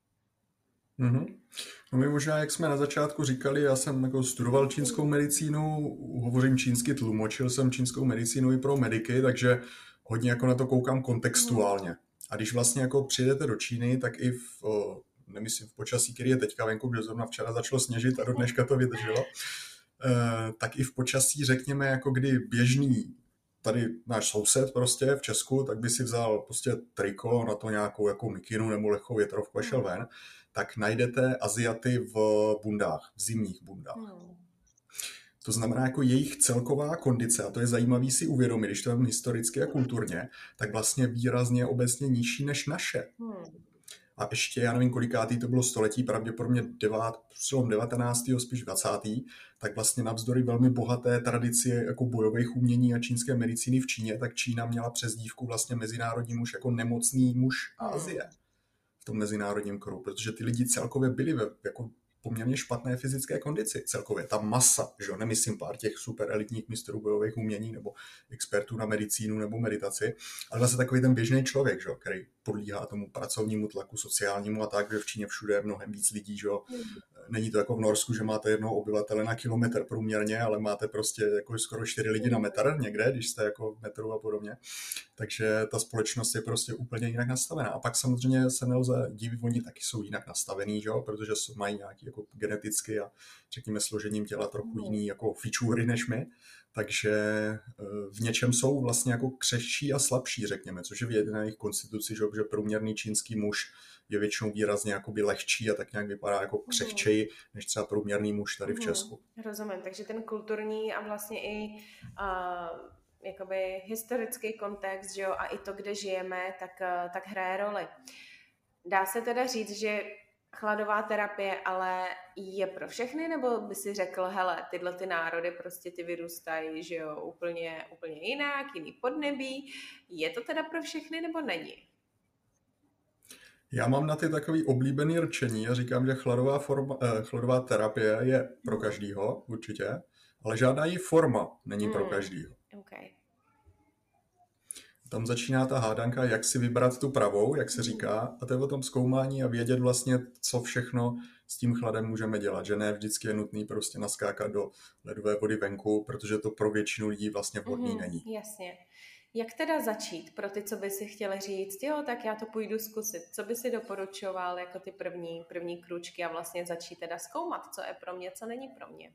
S3: Mm-hmm. No my možná, jak jsme na začátku říkali, já jsem jako studoval čínskou medicínu, hovořím čínsky, tlumočil jsem čínskou medicínu i pro mediky, takže hodně jako na to koukám kontextuálně. A když vlastně jako přijedete do Číny, tak i nemyslím v počasí, který je teďka venku, kde zrovna včera začalo sněžit a do dneška to vydrželo, tak i v počasí, řekněme, jako kdy běžný tady náš soused prostě v Česku, tak by si vzal prostě triko, na to nějakou jako mikinu nebo lehkou větrovku a šel ven, tak najdete Aziaty v bundách, v zimních bundách. To znamená, jako jejich celková kondice, a to je zajímavý si uvědomit, když to je historicky a kulturně, tak vlastně výrazně obecně nižší než naše. A ještě, já nevím, kolikátý to bylo století, pravděpodobně 19. spíš 20. tak vlastně navzdory velmi bohaté tradici jako bojových umění a čínské medicíny v Číně, tak Čína měla přezdívku vlastně mezinárodní muž jako nemocný muž Asie v tom mezinárodním kruhu, protože ty lidi celkově byli jako poměrně špatné fyzické kondici. Celkově ta masa, že jo, nemyslím pár těch super elitních mistrů bojových umění nebo expertů na medicínu nebo meditaci, ale vlastně takový ten běžný člověk, že jo, který podlíhá tomu pracovnímu tlaku, sociálnímu a tak, že v Číně všude je mnohem víc lidí, že jo. Není to jako v Norsku, že máte jednoho obyvatele na kilometr průměrně, ale máte prostě jako skoro 4 lidi na metr někde, když jste jako v metru a podobně. Takže ta společnost je prostě úplně jinak nastavená. A pak samozřejmě se nelze divit, oni taky jsou jinak nastavený, že jo, protože mají nějaký jako geneticky a řekněme složením těla trochu jiný jako featurey než my. Takže v něčem jsou vlastně jako křehčí a slabší, řekněme, což je vidět na jejich konstituci, že průměrný čínský muž je většinou výrazně jakoby lehčí a tak nějak vypadá jako křehčeji než třeba průměrný muž tady v Česku.
S1: Rozumím, takže ten kulturní a vlastně i jakoby historický kontext, že jo, a i to, kde žijeme, tak hraje roli. Dá se teda říct, že chladová terapie ale je pro všechny, nebo by si řekl, hele, tyhle ty národy prostě ty vyrůstají, že jo, úplně jinak, jiný podnebí. Je to teda pro všechny, nebo není?
S3: Já mám na ty takový oblíbený rčení a říkám, že chladová terapie je pro každýho, určitě, ale žádná její forma není pro každýho.
S1: Okay.
S3: Tam začíná ta hádanka, jak si vybrat tu pravou, jak se říká, a to je o tom zkoumání a vědět vlastně, co všechno s tím chladem můžeme dělat, že ne vždycky je nutný prostě naskákat do ledové vody venku, protože to pro většinu lidí vlastně vhodný není.
S1: Jasně. Jak teda začít pro ty, co by si chtěli říct, jo, tak já to půjdu zkusit. Co by si doporučoval jako ty první kručky a vlastně začít teda zkoumat, co je pro mě, co není pro mě?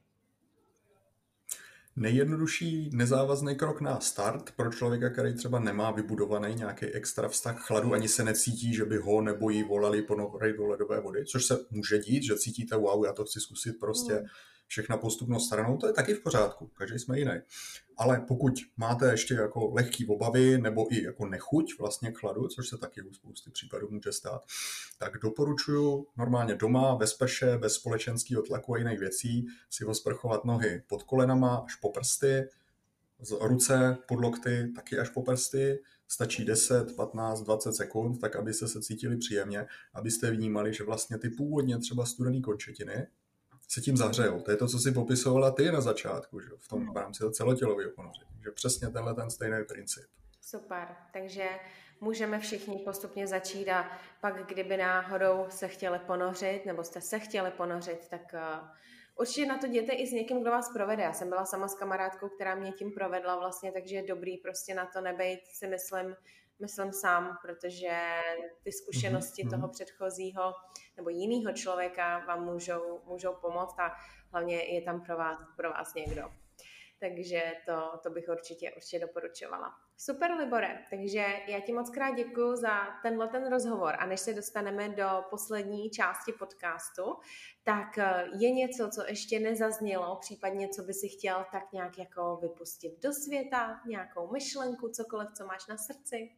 S3: Nejjednodušší nezávazný krok na start pro člověka, který třeba nemá vybudovaný nějaký extra vztah k chladu, ani se necítí, že by ho nebo jí volali ponorit do ledové vody, což se může dít, že cítíte, wow, já to chci zkusit prostě všechna postupnou stranou, to je taky v pořádku, každý jsme jiný. Ale pokud máte ještě jako lehký obavy nebo i jako nechuť vlastně k chladu, což se taky u spousty případů může stát, tak doporučuji normálně doma, bez prše, bez společenského tlaku a jiných věcí si osprchovat nohy pod kolenama až po prsty, ruce pod lokty taky až po prsty, stačí 10, 15, 20 sekund, tak aby se cítili příjemně, abyste vnímali, že vlastně ty původně třeba studený končetiny se tím zahřejou. To je to, co si popisovala ty na začátku, že? V tom rámci celotělového ponoření. Takže přesně tenhle ten stejný princip.
S1: Super, takže můžeme všichni postupně začít a pak, kdyby náhodou se chtěli ponořit, nebo jste se chtěli ponořit, tak určitě na to jděte i s někým, kdo vás provede. Já jsem byla sama s kamarádkou, která mě tím provedla vlastně, takže je dobrý prostě na to nebejt, si myslím sám, protože ty zkušenosti toho předchozího nebo jiného člověka vám můžou pomoct a hlavně je tam pro vás někdo. Takže to bych určitě doporučovala. Super, Libore, takže já ti moc krát děkuju za ten rozhovor a než se dostaneme do poslední části podcastu, tak je něco, co ještě nezaznělo, případně co by si chtěl tak nějak jako vypustit do světa, nějakou myšlenku, cokoliv, co máš na srdci?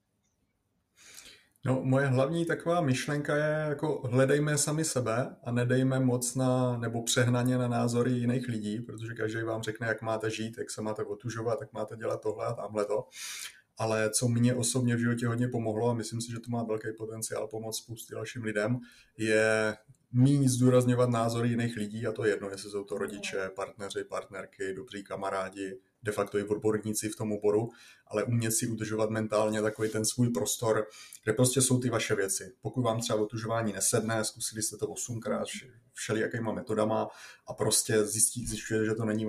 S3: No, moje hlavní taková myšlenka je jako hledejme sami sebe a nedejme moc nebo přehnaně na názory jiných lidí, protože každý vám řekne, jak máte žít, jak se máte otužovat, jak máte dělat tohle a tamhleto. Ale co mě osobně v životě hodně pomohlo a myslím si, že to má velký potenciál pomoct spoustě dalším lidem, je míň zdůrazňovat názory jiných lidí a to je jedno, jestli jsou to rodiče, partneři, partnerky, dobří kamarádi, de facto i odborníci v tom oboru, ale umět si udržovat mentálně takový ten svůj prostor, kde prostě jsou ty vaše věci. Pokud vám třeba otužování nesedne, zkusili jste to 8krát všelijakýma metodama a prostě zjišťujete, že to není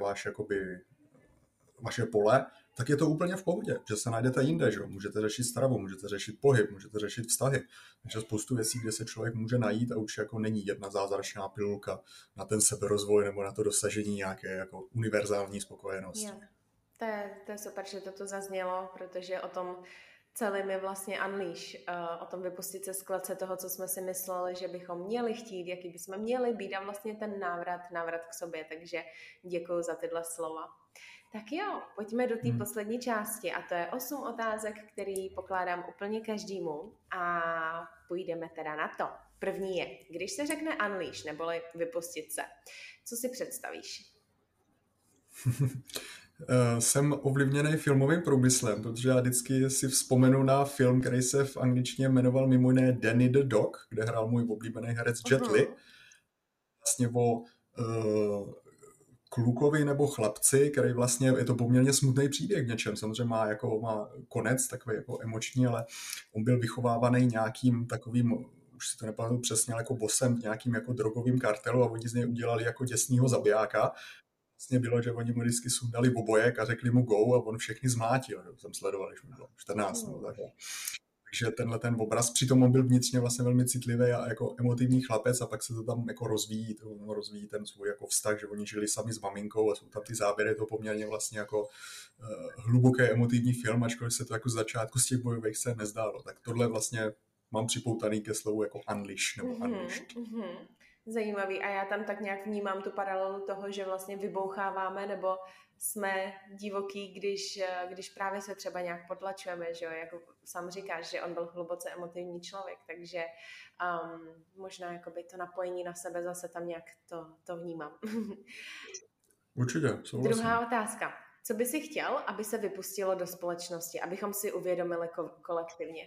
S3: vaše pole, tak je to úplně v pohodě, že se najdete jinde, že? Můžete řešit stravu, můžete řešit pohyb, můžete řešit vztahy. Takže spoustu věcí, kde se člověk může najít a už jako není jedna zázračná pilulka na ten seberozvoj nebo na to dosažení nějaké jako univerzální spokojenosti.
S1: Yeah. To je super, že toto zaznělo, protože o tom celým je vlastně Unleash, o tom vypustit se z klece toho, co jsme si mysleli, že bychom měli chtít, jaký bychom měli být a vlastně ten návrat k sobě, takže děkuju za tyhle slova. Tak jo, pojďme do té poslední části a to je 8 otázek, který pokládám úplně každému a půjdeme teda na to. První je, když se řekne Unleash, neboli vypustit se, co si představíš?
S3: Jsem ovlivněný filmovým průmyslem, protože já vždycky si vzpomenu na film, který se v angličtině jmenoval mimo jiné Danny the Dog, kde hrál můj oblíbený herec Jet Li. Vlastně o klukovi nebo chlapci, který vlastně, je to poměrně smutný příběh v něčem, samozřejmě má konec takový jako emoční, ale on byl vychovávaný nějakým takovým, už si to nepamatuju přesně, ale jako bossem v nějakým jako drogovým kartelu a oni z něj udělali jako děsnýho zabijáka. Vlastně bylo, že oni mu vždycky sundali obojek a řekli mu go a on všechny zmlátil. Že? Jsem sledoval, když mu bylo 14 nebo takhle. Takže ten obraz, přitom on byl vnitřně vlastně velmi citlivý a jako emotivní chlapec a pak se to tam jako rozvíjí ten svůj jako vztah, že oni žili sami s maminkou a jsou tam ty záběry, to poměrně vlastně jako hluboký emotivní film, ačkoliv se to jako z začátku z těch bojových scén nezdálo. Tak tohle vlastně mám připoutaný ke slovu jako Unleash nebo Unleashed.
S1: Zajímavý a já tam tak nějak vnímám tu paralelu toho, že vlastně vyboucháváme nebo jsme divoký, když právě se třeba nějak potlačujeme, že jo, jako sám říkáš, že on byl hluboce emotivní člověk, takže možná jakoby to napojení na sebe zase tam nějak to vnímám.
S3: Určitě, souhlasím.
S1: Druhá otázka. Co by si chtěl, aby se vypustilo do společnosti, abychom si uvědomili kolektivně?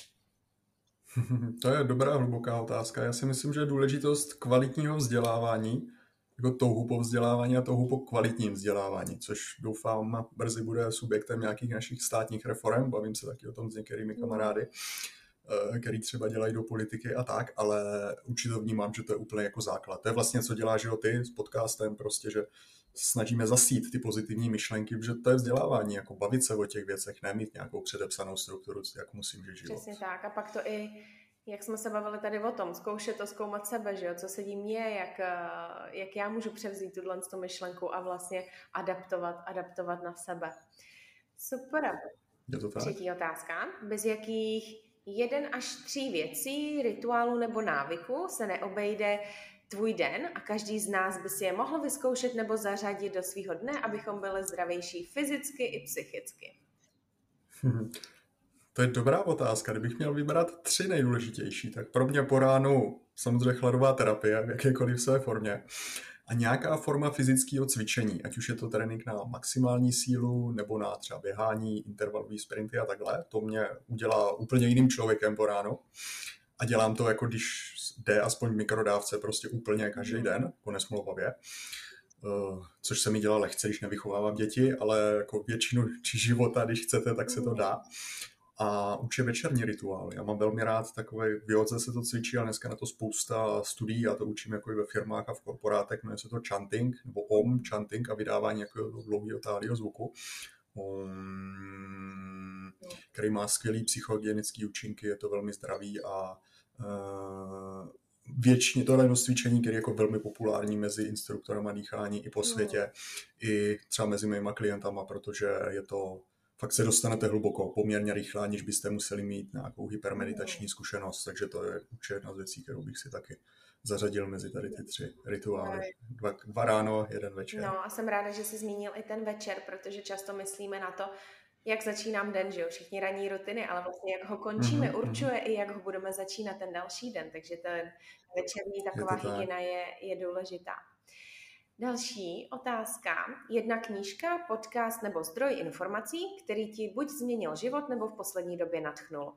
S3: To je dobrá hluboká otázka. Já si myslím, že je důležitost kvalitního vzdělávání, jako touhu po vzdělávání a touhu po kvalitním vzdělávání, což doufám brzy bude subjektem nějakých našich státních reform. Bavím se taky o tom s některými kamarády, který třeba dělají do politiky a tak, ale určitě vnímám, že to je úplně jako základ. To je vlastně, co děláš ty s podcastem, prostě, že snažíme zasít ty pozitivní myšlenky, protože to je vzdělávání, jako bavit se o těch věcech, nemít nějakou předepsanou strukturu, jak musím žít život.
S1: Přesně tak. A pak to i, jak jsme se bavili tady o tom, zkoumat sebe, že jo? Co sedí mně, jak já můžu převzít tu myšlenku a vlastně adaptovat na sebe. Super.
S3: Je to tak?
S1: Třetí otázka. Bez jakých 1 až 3 věcí, rituálů nebo návyků se neobejde tvůj den a každý z nás by si je mohl vyzkoušet nebo zařadit do svýho dne, abychom byli zdravější fyzicky i psychicky?
S3: To je dobrá otázka. Kdybych měl vybrat 3 nejdůležitější, tak pro mě po ránu samozřejmě chladová terapie v jakékoliv své formě a nějaká forma fyzického cvičení, ať už je to trénink na maximální sílu nebo na třeba běhání, intervalový sprinty a takhle. To mě udělá úplně jiným člověkem po ránu a dělám to, jako když jde aspoň v mikrodávce prostě úplně každý den, jako nesmlouvavě. což se mi dělá lehce, když nevychovávám děti, ale jako většinu života, když chcete, tak se to dá. A učí večerní rituály. Já mám velmi rád takové, v jódze se to cvičí, ale dneska na to spousta studií, já to učím jako i ve firmách a v korporátech, jmenuje se to chanting, nebo chanting a vydávání jako dlouhého táhlého zvuku, který má skvělý psychohygienický účinky, je to velmi zdravý a většině tohle cvičení, které je jako velmi populární mezi instruktorama dýchání i po světě, i třeba mezi mýma klientama, protože je to fakt se dostanete hluboko, poměrně rychle, aniž byste museli mít nějakou hypermeditační zkušenost, takže to je určitě jedna z věcí, kterou bych si taky zařadil mezi tady ty 3 rituály. 2 ráno, 1 večer.
S1: No a jsem ráda, že jsi zmínil i ten večer, protože často myslíme na to, jak začínám den, že jo, všichni ranní rutiny, ale vlastně jak ho končíme, určuje i jak ho budeme začínat ten další den, takže ten večerní taková hygiena je důležitá. Další otázka. Jedna knížka, podcast nebo zdroj informací, který ti buď změnil život, nebo v poslední době nadchnul?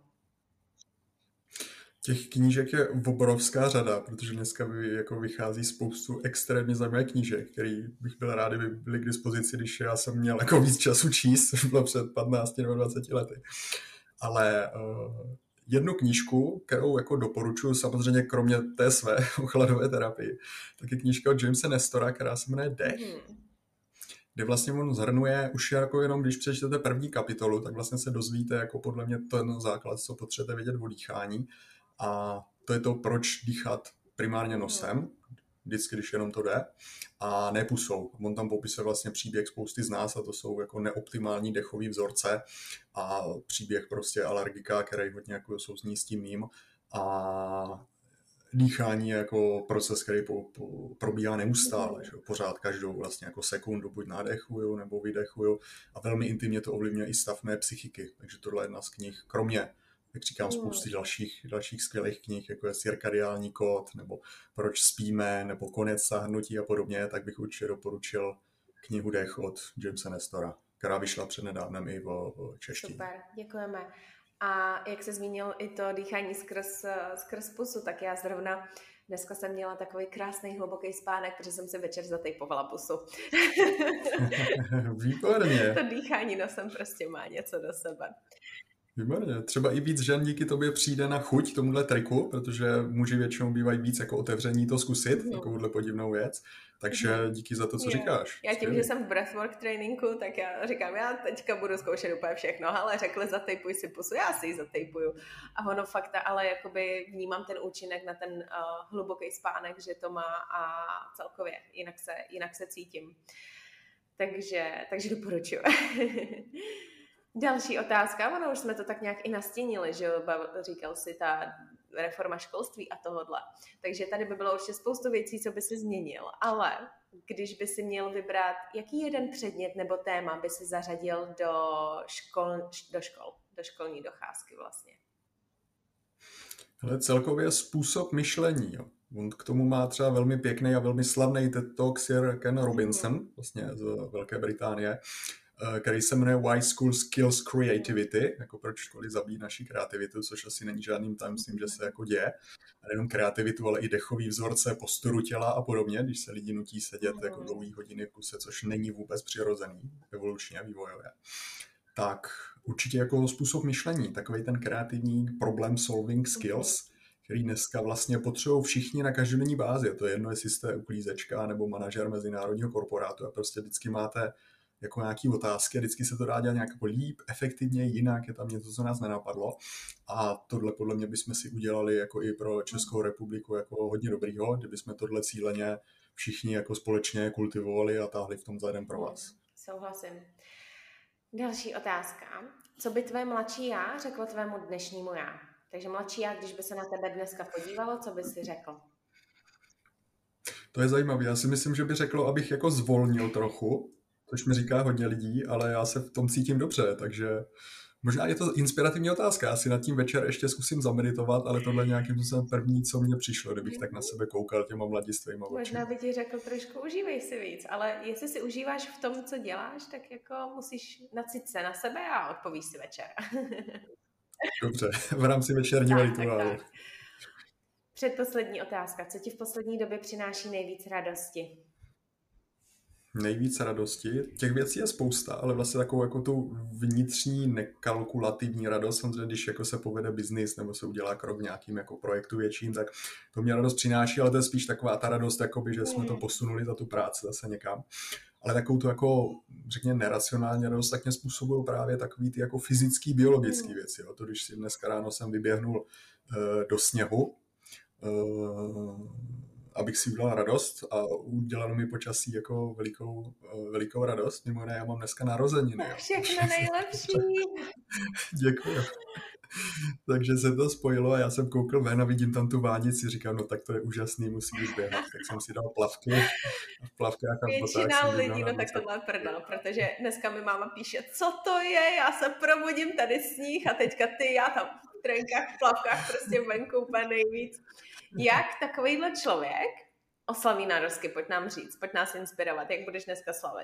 S3: Těch knížek je obrovská řada, protože dneska jako vychází spoustu extrémně zajímavých knížek, který bych byl rád, kdyby byly k dispozici, když já jsem měl jako víc času číst, což bylo před 15 nebo 20 lety. Ale jednu knížku, kterou jako doporučuji, samozřejmě kromě té své chladové terapii, tak je knížka od Jamese Nestora, která se jmenuje Dech, kde vlastně on zhrnuje, už jako jenom když přečtete první kapitolu, tak vlastně se dozvíte jako podle mě ten základ, co potřebujete vědět o dýchání. A to je to, proč dýchat primárně nosem, vždycky, když jenom to jde, a ne pusou. On tam popisuje vlastně příběh spousty z nás a to jsou jako neoptimální dechový vzorce a příběh prostě alergika, který hodně jako souzní s tím mým. A dýchání je jako proces, který probíhá neustále, že? Pořád každou vlastně jako sekundu buď nádechuju nebo vydechuju a velmi intimně to ovlivňuje i stav mé psychiky. Takže tohle je jedna z knih, kromě, jak říkám, spousty dalších skvělých knih, jako je Cirkadiální kód, nebo Proč spíme, nebo Konec sáhnutí a podobně, tak bych určitě doporučil knihu Dech od Jamese Nestora, která vyšla přednedávnem i v češtině.
S1: Super, děkujeme. A jak se zmínil i to dýchání skrz pusu, tak já zrovna dneska jsem měla takový krásný hluboký spánek, protože jsem si večer zatejpovala pusu.
S3: Výborně.
S1: To dýchání nosem prostě má něco do sebe.
S3: Výborně. Třeba i víc žen díky tobě přijde na chuť tomuhle triku, protože muži většinou bývají víc jako otevření to zkusit, takovouhle podivnou věc. Takže díky za to, co říkáš.
S1: Já tím, že jsem v breathwork tréninku, tak já říkám, já teďka budu zkoušet úplně všechno, ale řekli zatejpuj si pusu, já si ji zatejpuju. A ono fakt, ale jakoby vnímám ten účinek na ten hluboký spánek, že to má a celkově, jinak se cítím. Takže doporučuji. Další otázka, ono už jsme to tak nějak i nastínili, že říkal si ta reforma školství a tohodle. Takže tady by bylo určitě spoustu věcí, co by si změnil, ale když by si měl vybrat, jaký jeden předmět nebo téma by si zařadil do školní docházky vlastně?
S3: Ale celkově způsob myšlení. Jo. On k tomu má třeba velmi pěkný a velmi slavný TED Talk Sir Ken Robinson, vlastně z Velké Británie, který se jmenuje Why Schools Kills Creativity, jako proč školy zabíjí naši kreativitu, což asi není žádným tajemstvím, že se jako děje. A nejenom kreativitu, ale i dechový vzorce, posturu těla a podobně, když se lidi nutí sedět jako dlouhý hodiny v kuse, což není vůbec přirozený, evolučně, vývojově. Tak určitě jako způsob myšlení, takový ten kreativní problem solving skills, který dneska vlastně potřebují všichni na každodenní bázi. To je jedno, jestli jste uklízečka nebo manažer mezinárodního korporátu a prostě vždycky máte jako nějaký otázky a vždycky se to dá dělat nějak jako líp, efektivně, jinak, je tam něco, co nás nenapadlo. A tohle podle mě bychom si udělali jako i pro Českou republiku jako hodně dobrýho, kdybychom tohle cíleně všichni jako společně kultivovali a táhli v tom za jeden pro vás.
S1: Souhlasím. Další otázka. Co by tvé mladší já řeklo tvému dnešnímu já? Takže mladší já, když by se na tebe dneska podívalo, co by si řekl?
S3: To je zajímavé. Já si myslím, že by řeklo, abych jako zvolnil trochu, což mi říká hodně lidí, ale já se v tom cítím dobře, takže možná je to inspirativní otázka. Já si nad tím večer ještě zkusím zameditovat, ale tohle nějakým způsobem první, co mně přišlo, kdybych tak na sebe koukal těma mladistvýma očima.
S1: Možná by ti řekl trošku užívej si víc, ale jestli si užíváš v tom, co děláš, tak jako musíš nacít se na sebe a odpovíš si večer.
S3: Dobře, v rámci večerního rituálu.
S1: Tak. Předposlední otázka. Co ti v poslední době přináší nejvíc radosti?
S3: Nejvíc radosti. Těch věcí je spousta, ale vlastně takovou jako tu vnitřní nekalkulativní radost, samozřejmě, když jako se povede biznis nebo se udělá krok v nějakým jako projektu větším, tak to mě radost přináší, ale to je spíš taková ta radost, jakoby, že jsme to posunuli za tu práci zase někam. Ale takovou tu jako, řekněme, neracionální radost, tak mě způsobují právě takový ty jako fyzický, biologický věci. Jo. To, když si dneska ráno jsem vyběhnul do sněhu, abych si udělal radost a udělalo mi počasí jako velikou radost. Mimo jiné, já mám dneska narozeniny.
S1: Všechno nejlepší.
S3: Děkuji. Takže se to spojilo a já jsem koukl ven a vidím tam tu vánici, říkám, no tak to je úžasný, musím jít běhat. Tak jsem si dal plavky a v plavkách a v botách
S1: většina lidí, no tak tohle je prdel, protože dneska mi máma píše, co to je, já se probudím, tady sníh a teďka ty, já tam v trenkách, v plavkách, prostě venku úplně nejvíc. Jak takovýhle člověk oslaví narozky, pojď nám říct, pojď nás inspirovat, jak budeš dneska slavit?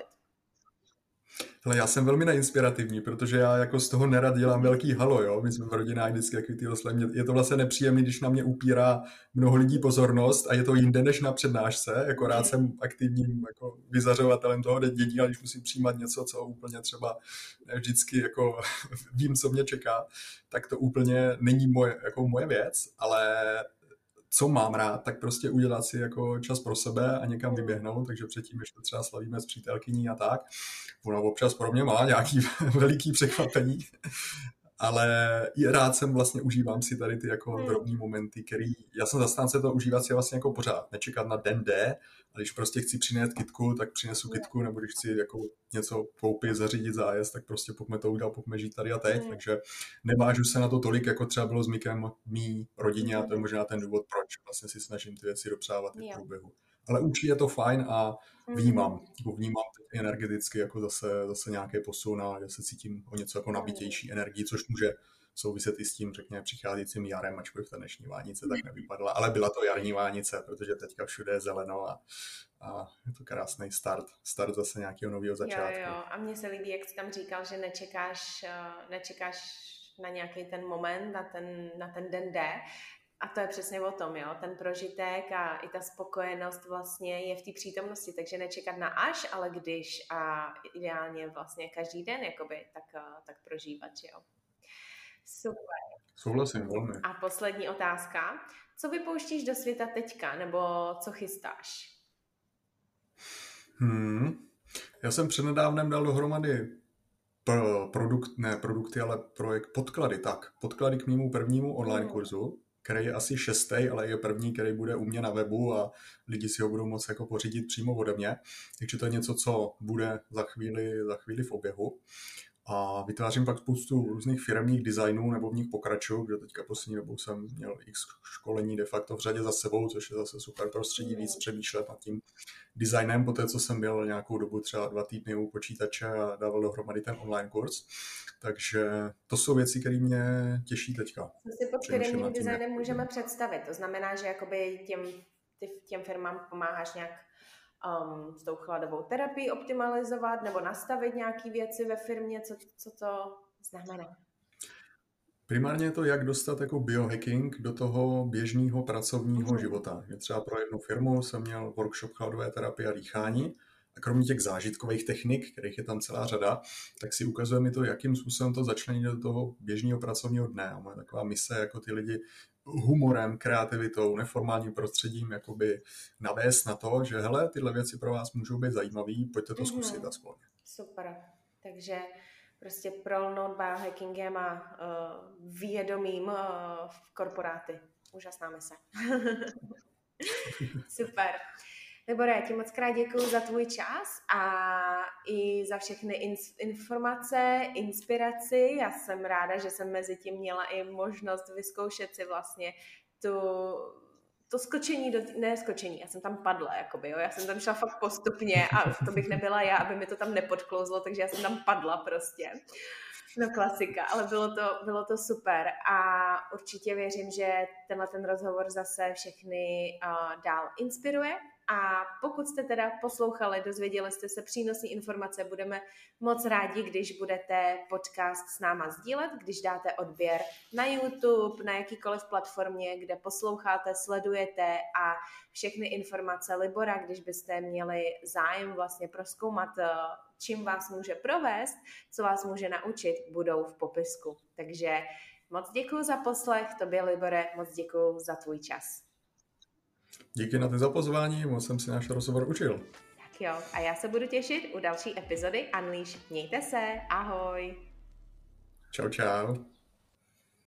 S3: Hele, já jsem velmi neinspirativní, protože já jako z toho nerad dělám velký halo, jo. My jsme v rodinách vždycky jaký ty oslavy. Je to vlastně nepříjemný, když na mě upírá mnoho lidí pozornost a je to jinde než na přednášce. Jako rád jsem aktivním jako vyzařovatelem toho dění, ale když musím přijímat něco, co úplně třeba vždycky jako vím, co mě čeká, tak to úplně není moje věc, ale co mám rád, tak prostě udělat si jako čas pro sebe a někam vyběhnout, takže předtím ještě třeba slavíme s přítelkyní a tak. Ona občas pro mě má nějaký veliký překvapení, ale i rád jsem vlastně užívám si tady ty jako drobný momenty, který, já jsem zastánce to užívat si vlastně jako pořád, nečekat na den D, a když prostě chci přinést kytku, tak přinesu kytku, nebo když chci jako něco koupit, zařídit zájezd, tak prostě pojďme to udělat, pojďme žít tady a teď, takže nevážu se na to tolik, jako třeba bylo s Mikem mý rodině a to je možná ten důvod, proč vlastně si snažím ty věci dopřávat i v průběhu. Ale určitě je to fajn a vnímám energeticky jako zase nějaký posun a že se cítím o něco jako nabitější energii, což může souviset i s tím, řekněme, přicházejícím jarem, ačkoliv ta dnešní vánice tak nevypadala, ale byla to jarní vánice, protože teďka všude je zeleno a je to krásný start zase nějakého nového začátku.
S1: Jo, a mně se líbí, jak jsi tam říkal, že nečekáš na nějaký ten moment, na ten den D. A to je přesně o tom, jo, ten prožitek a i ta spokojenost vlastně je v té přítomnosti, takže nečekat na až, ale když a ideálně vlastně každý den, jakoby, tak prožívat, jo. Super.
S3: Souhlasím, velmi.
S1: A poslední otázka. Co vypouštíš do světa teďka, nebo co chystáš?
S3: Já jsem přednedávnem dal dohromady projekt podklady k mému prvnímu online kurzu, který je asi 6., ale je první, který bude u mě na webu a lidi si ho budou moct jako pořídit přímo ode mě. Takže to je něco, co bude za chvíli v oběhu. A vytvářím pak spoustu různých firemních designů, nebo v nich pokračuju, protože teďka poslední dobou jsem měl x školení de facto v řadě za sebou, což je zase super prostředí víc přemýšlet nad tím designem, poté co jsem byl nějakou dobu třeba 2 týdny u počítače a dával dohromady ten online kurz. Takže to jsou věci, které mě těší teďka.
S1: Co si pod firemním designem můžeme představit? To znamená, že jakoby těm firmám pomáháš nějak s tou chladovou terapii optimalizovat nebo nastavit nějaké věci ve firmě, co to znamená?
S3: Primárně je to, jak dostat jako biohacking do toho běžného pracovního života. Třeba pro jednu firmu jsem měl workshop chladové terapie a dýchání a kromě těch zážitkových technik, kterých je tam celá řada, tak si ukazuje mi to, jakým způsobem to začlenit do toho běžného pracovního dne. A moje taková mise, jako ty lidi humorem, kreativitou, neformálním prostředím jakoby navést na to, že hele, tyhle věci pro vás můžou být zajímavý, pojďte to zkusit aspoň.
S1: Super. Takže prostě prolnout biohackingem a vědomím v korporáty. Úžasná mise. Super. Libore, já ti moc krát děkuju za tvůj čas a i za všechny informace, inspiraci. Já jsem ráda, že jsem mezi tím měla i možnost vyzkoušet si vlastně to skočení, já jsem tam padla, jakoby, jo. Já jsem tam šla fakt postupně a to bych nebyla já, aby mi to tam nepodklouzlo, takže já jsem tam padla prostě. No klasika, ale bylo to super a určitě věřím, že ten rozhovor zase všechny dál inspiruje A pokud jste teda poslouchali, dozvěděli jste se přínosné informace, budeme moc rádi, když budete podcast s náma sdílet, když dáte odběr na YouTube, na jakýkoliv platformě, kde posloucháte, sledujete a všechny informace Libora, když byste měli zájem vlastně prozkoumat, čím vás může provést, co vás může naučit, budou v popisku. Takže moc děkuju za poslech, tobě Libore, moc děkuju za tvůj čas.
S3: Díky na ty za pozvání, moc jsem si náš rozhovor učil.
S1: Tak jo, a já se budu těšit u další epizody Unleash. Mějte se, ahoj.
S3: Čau, čau.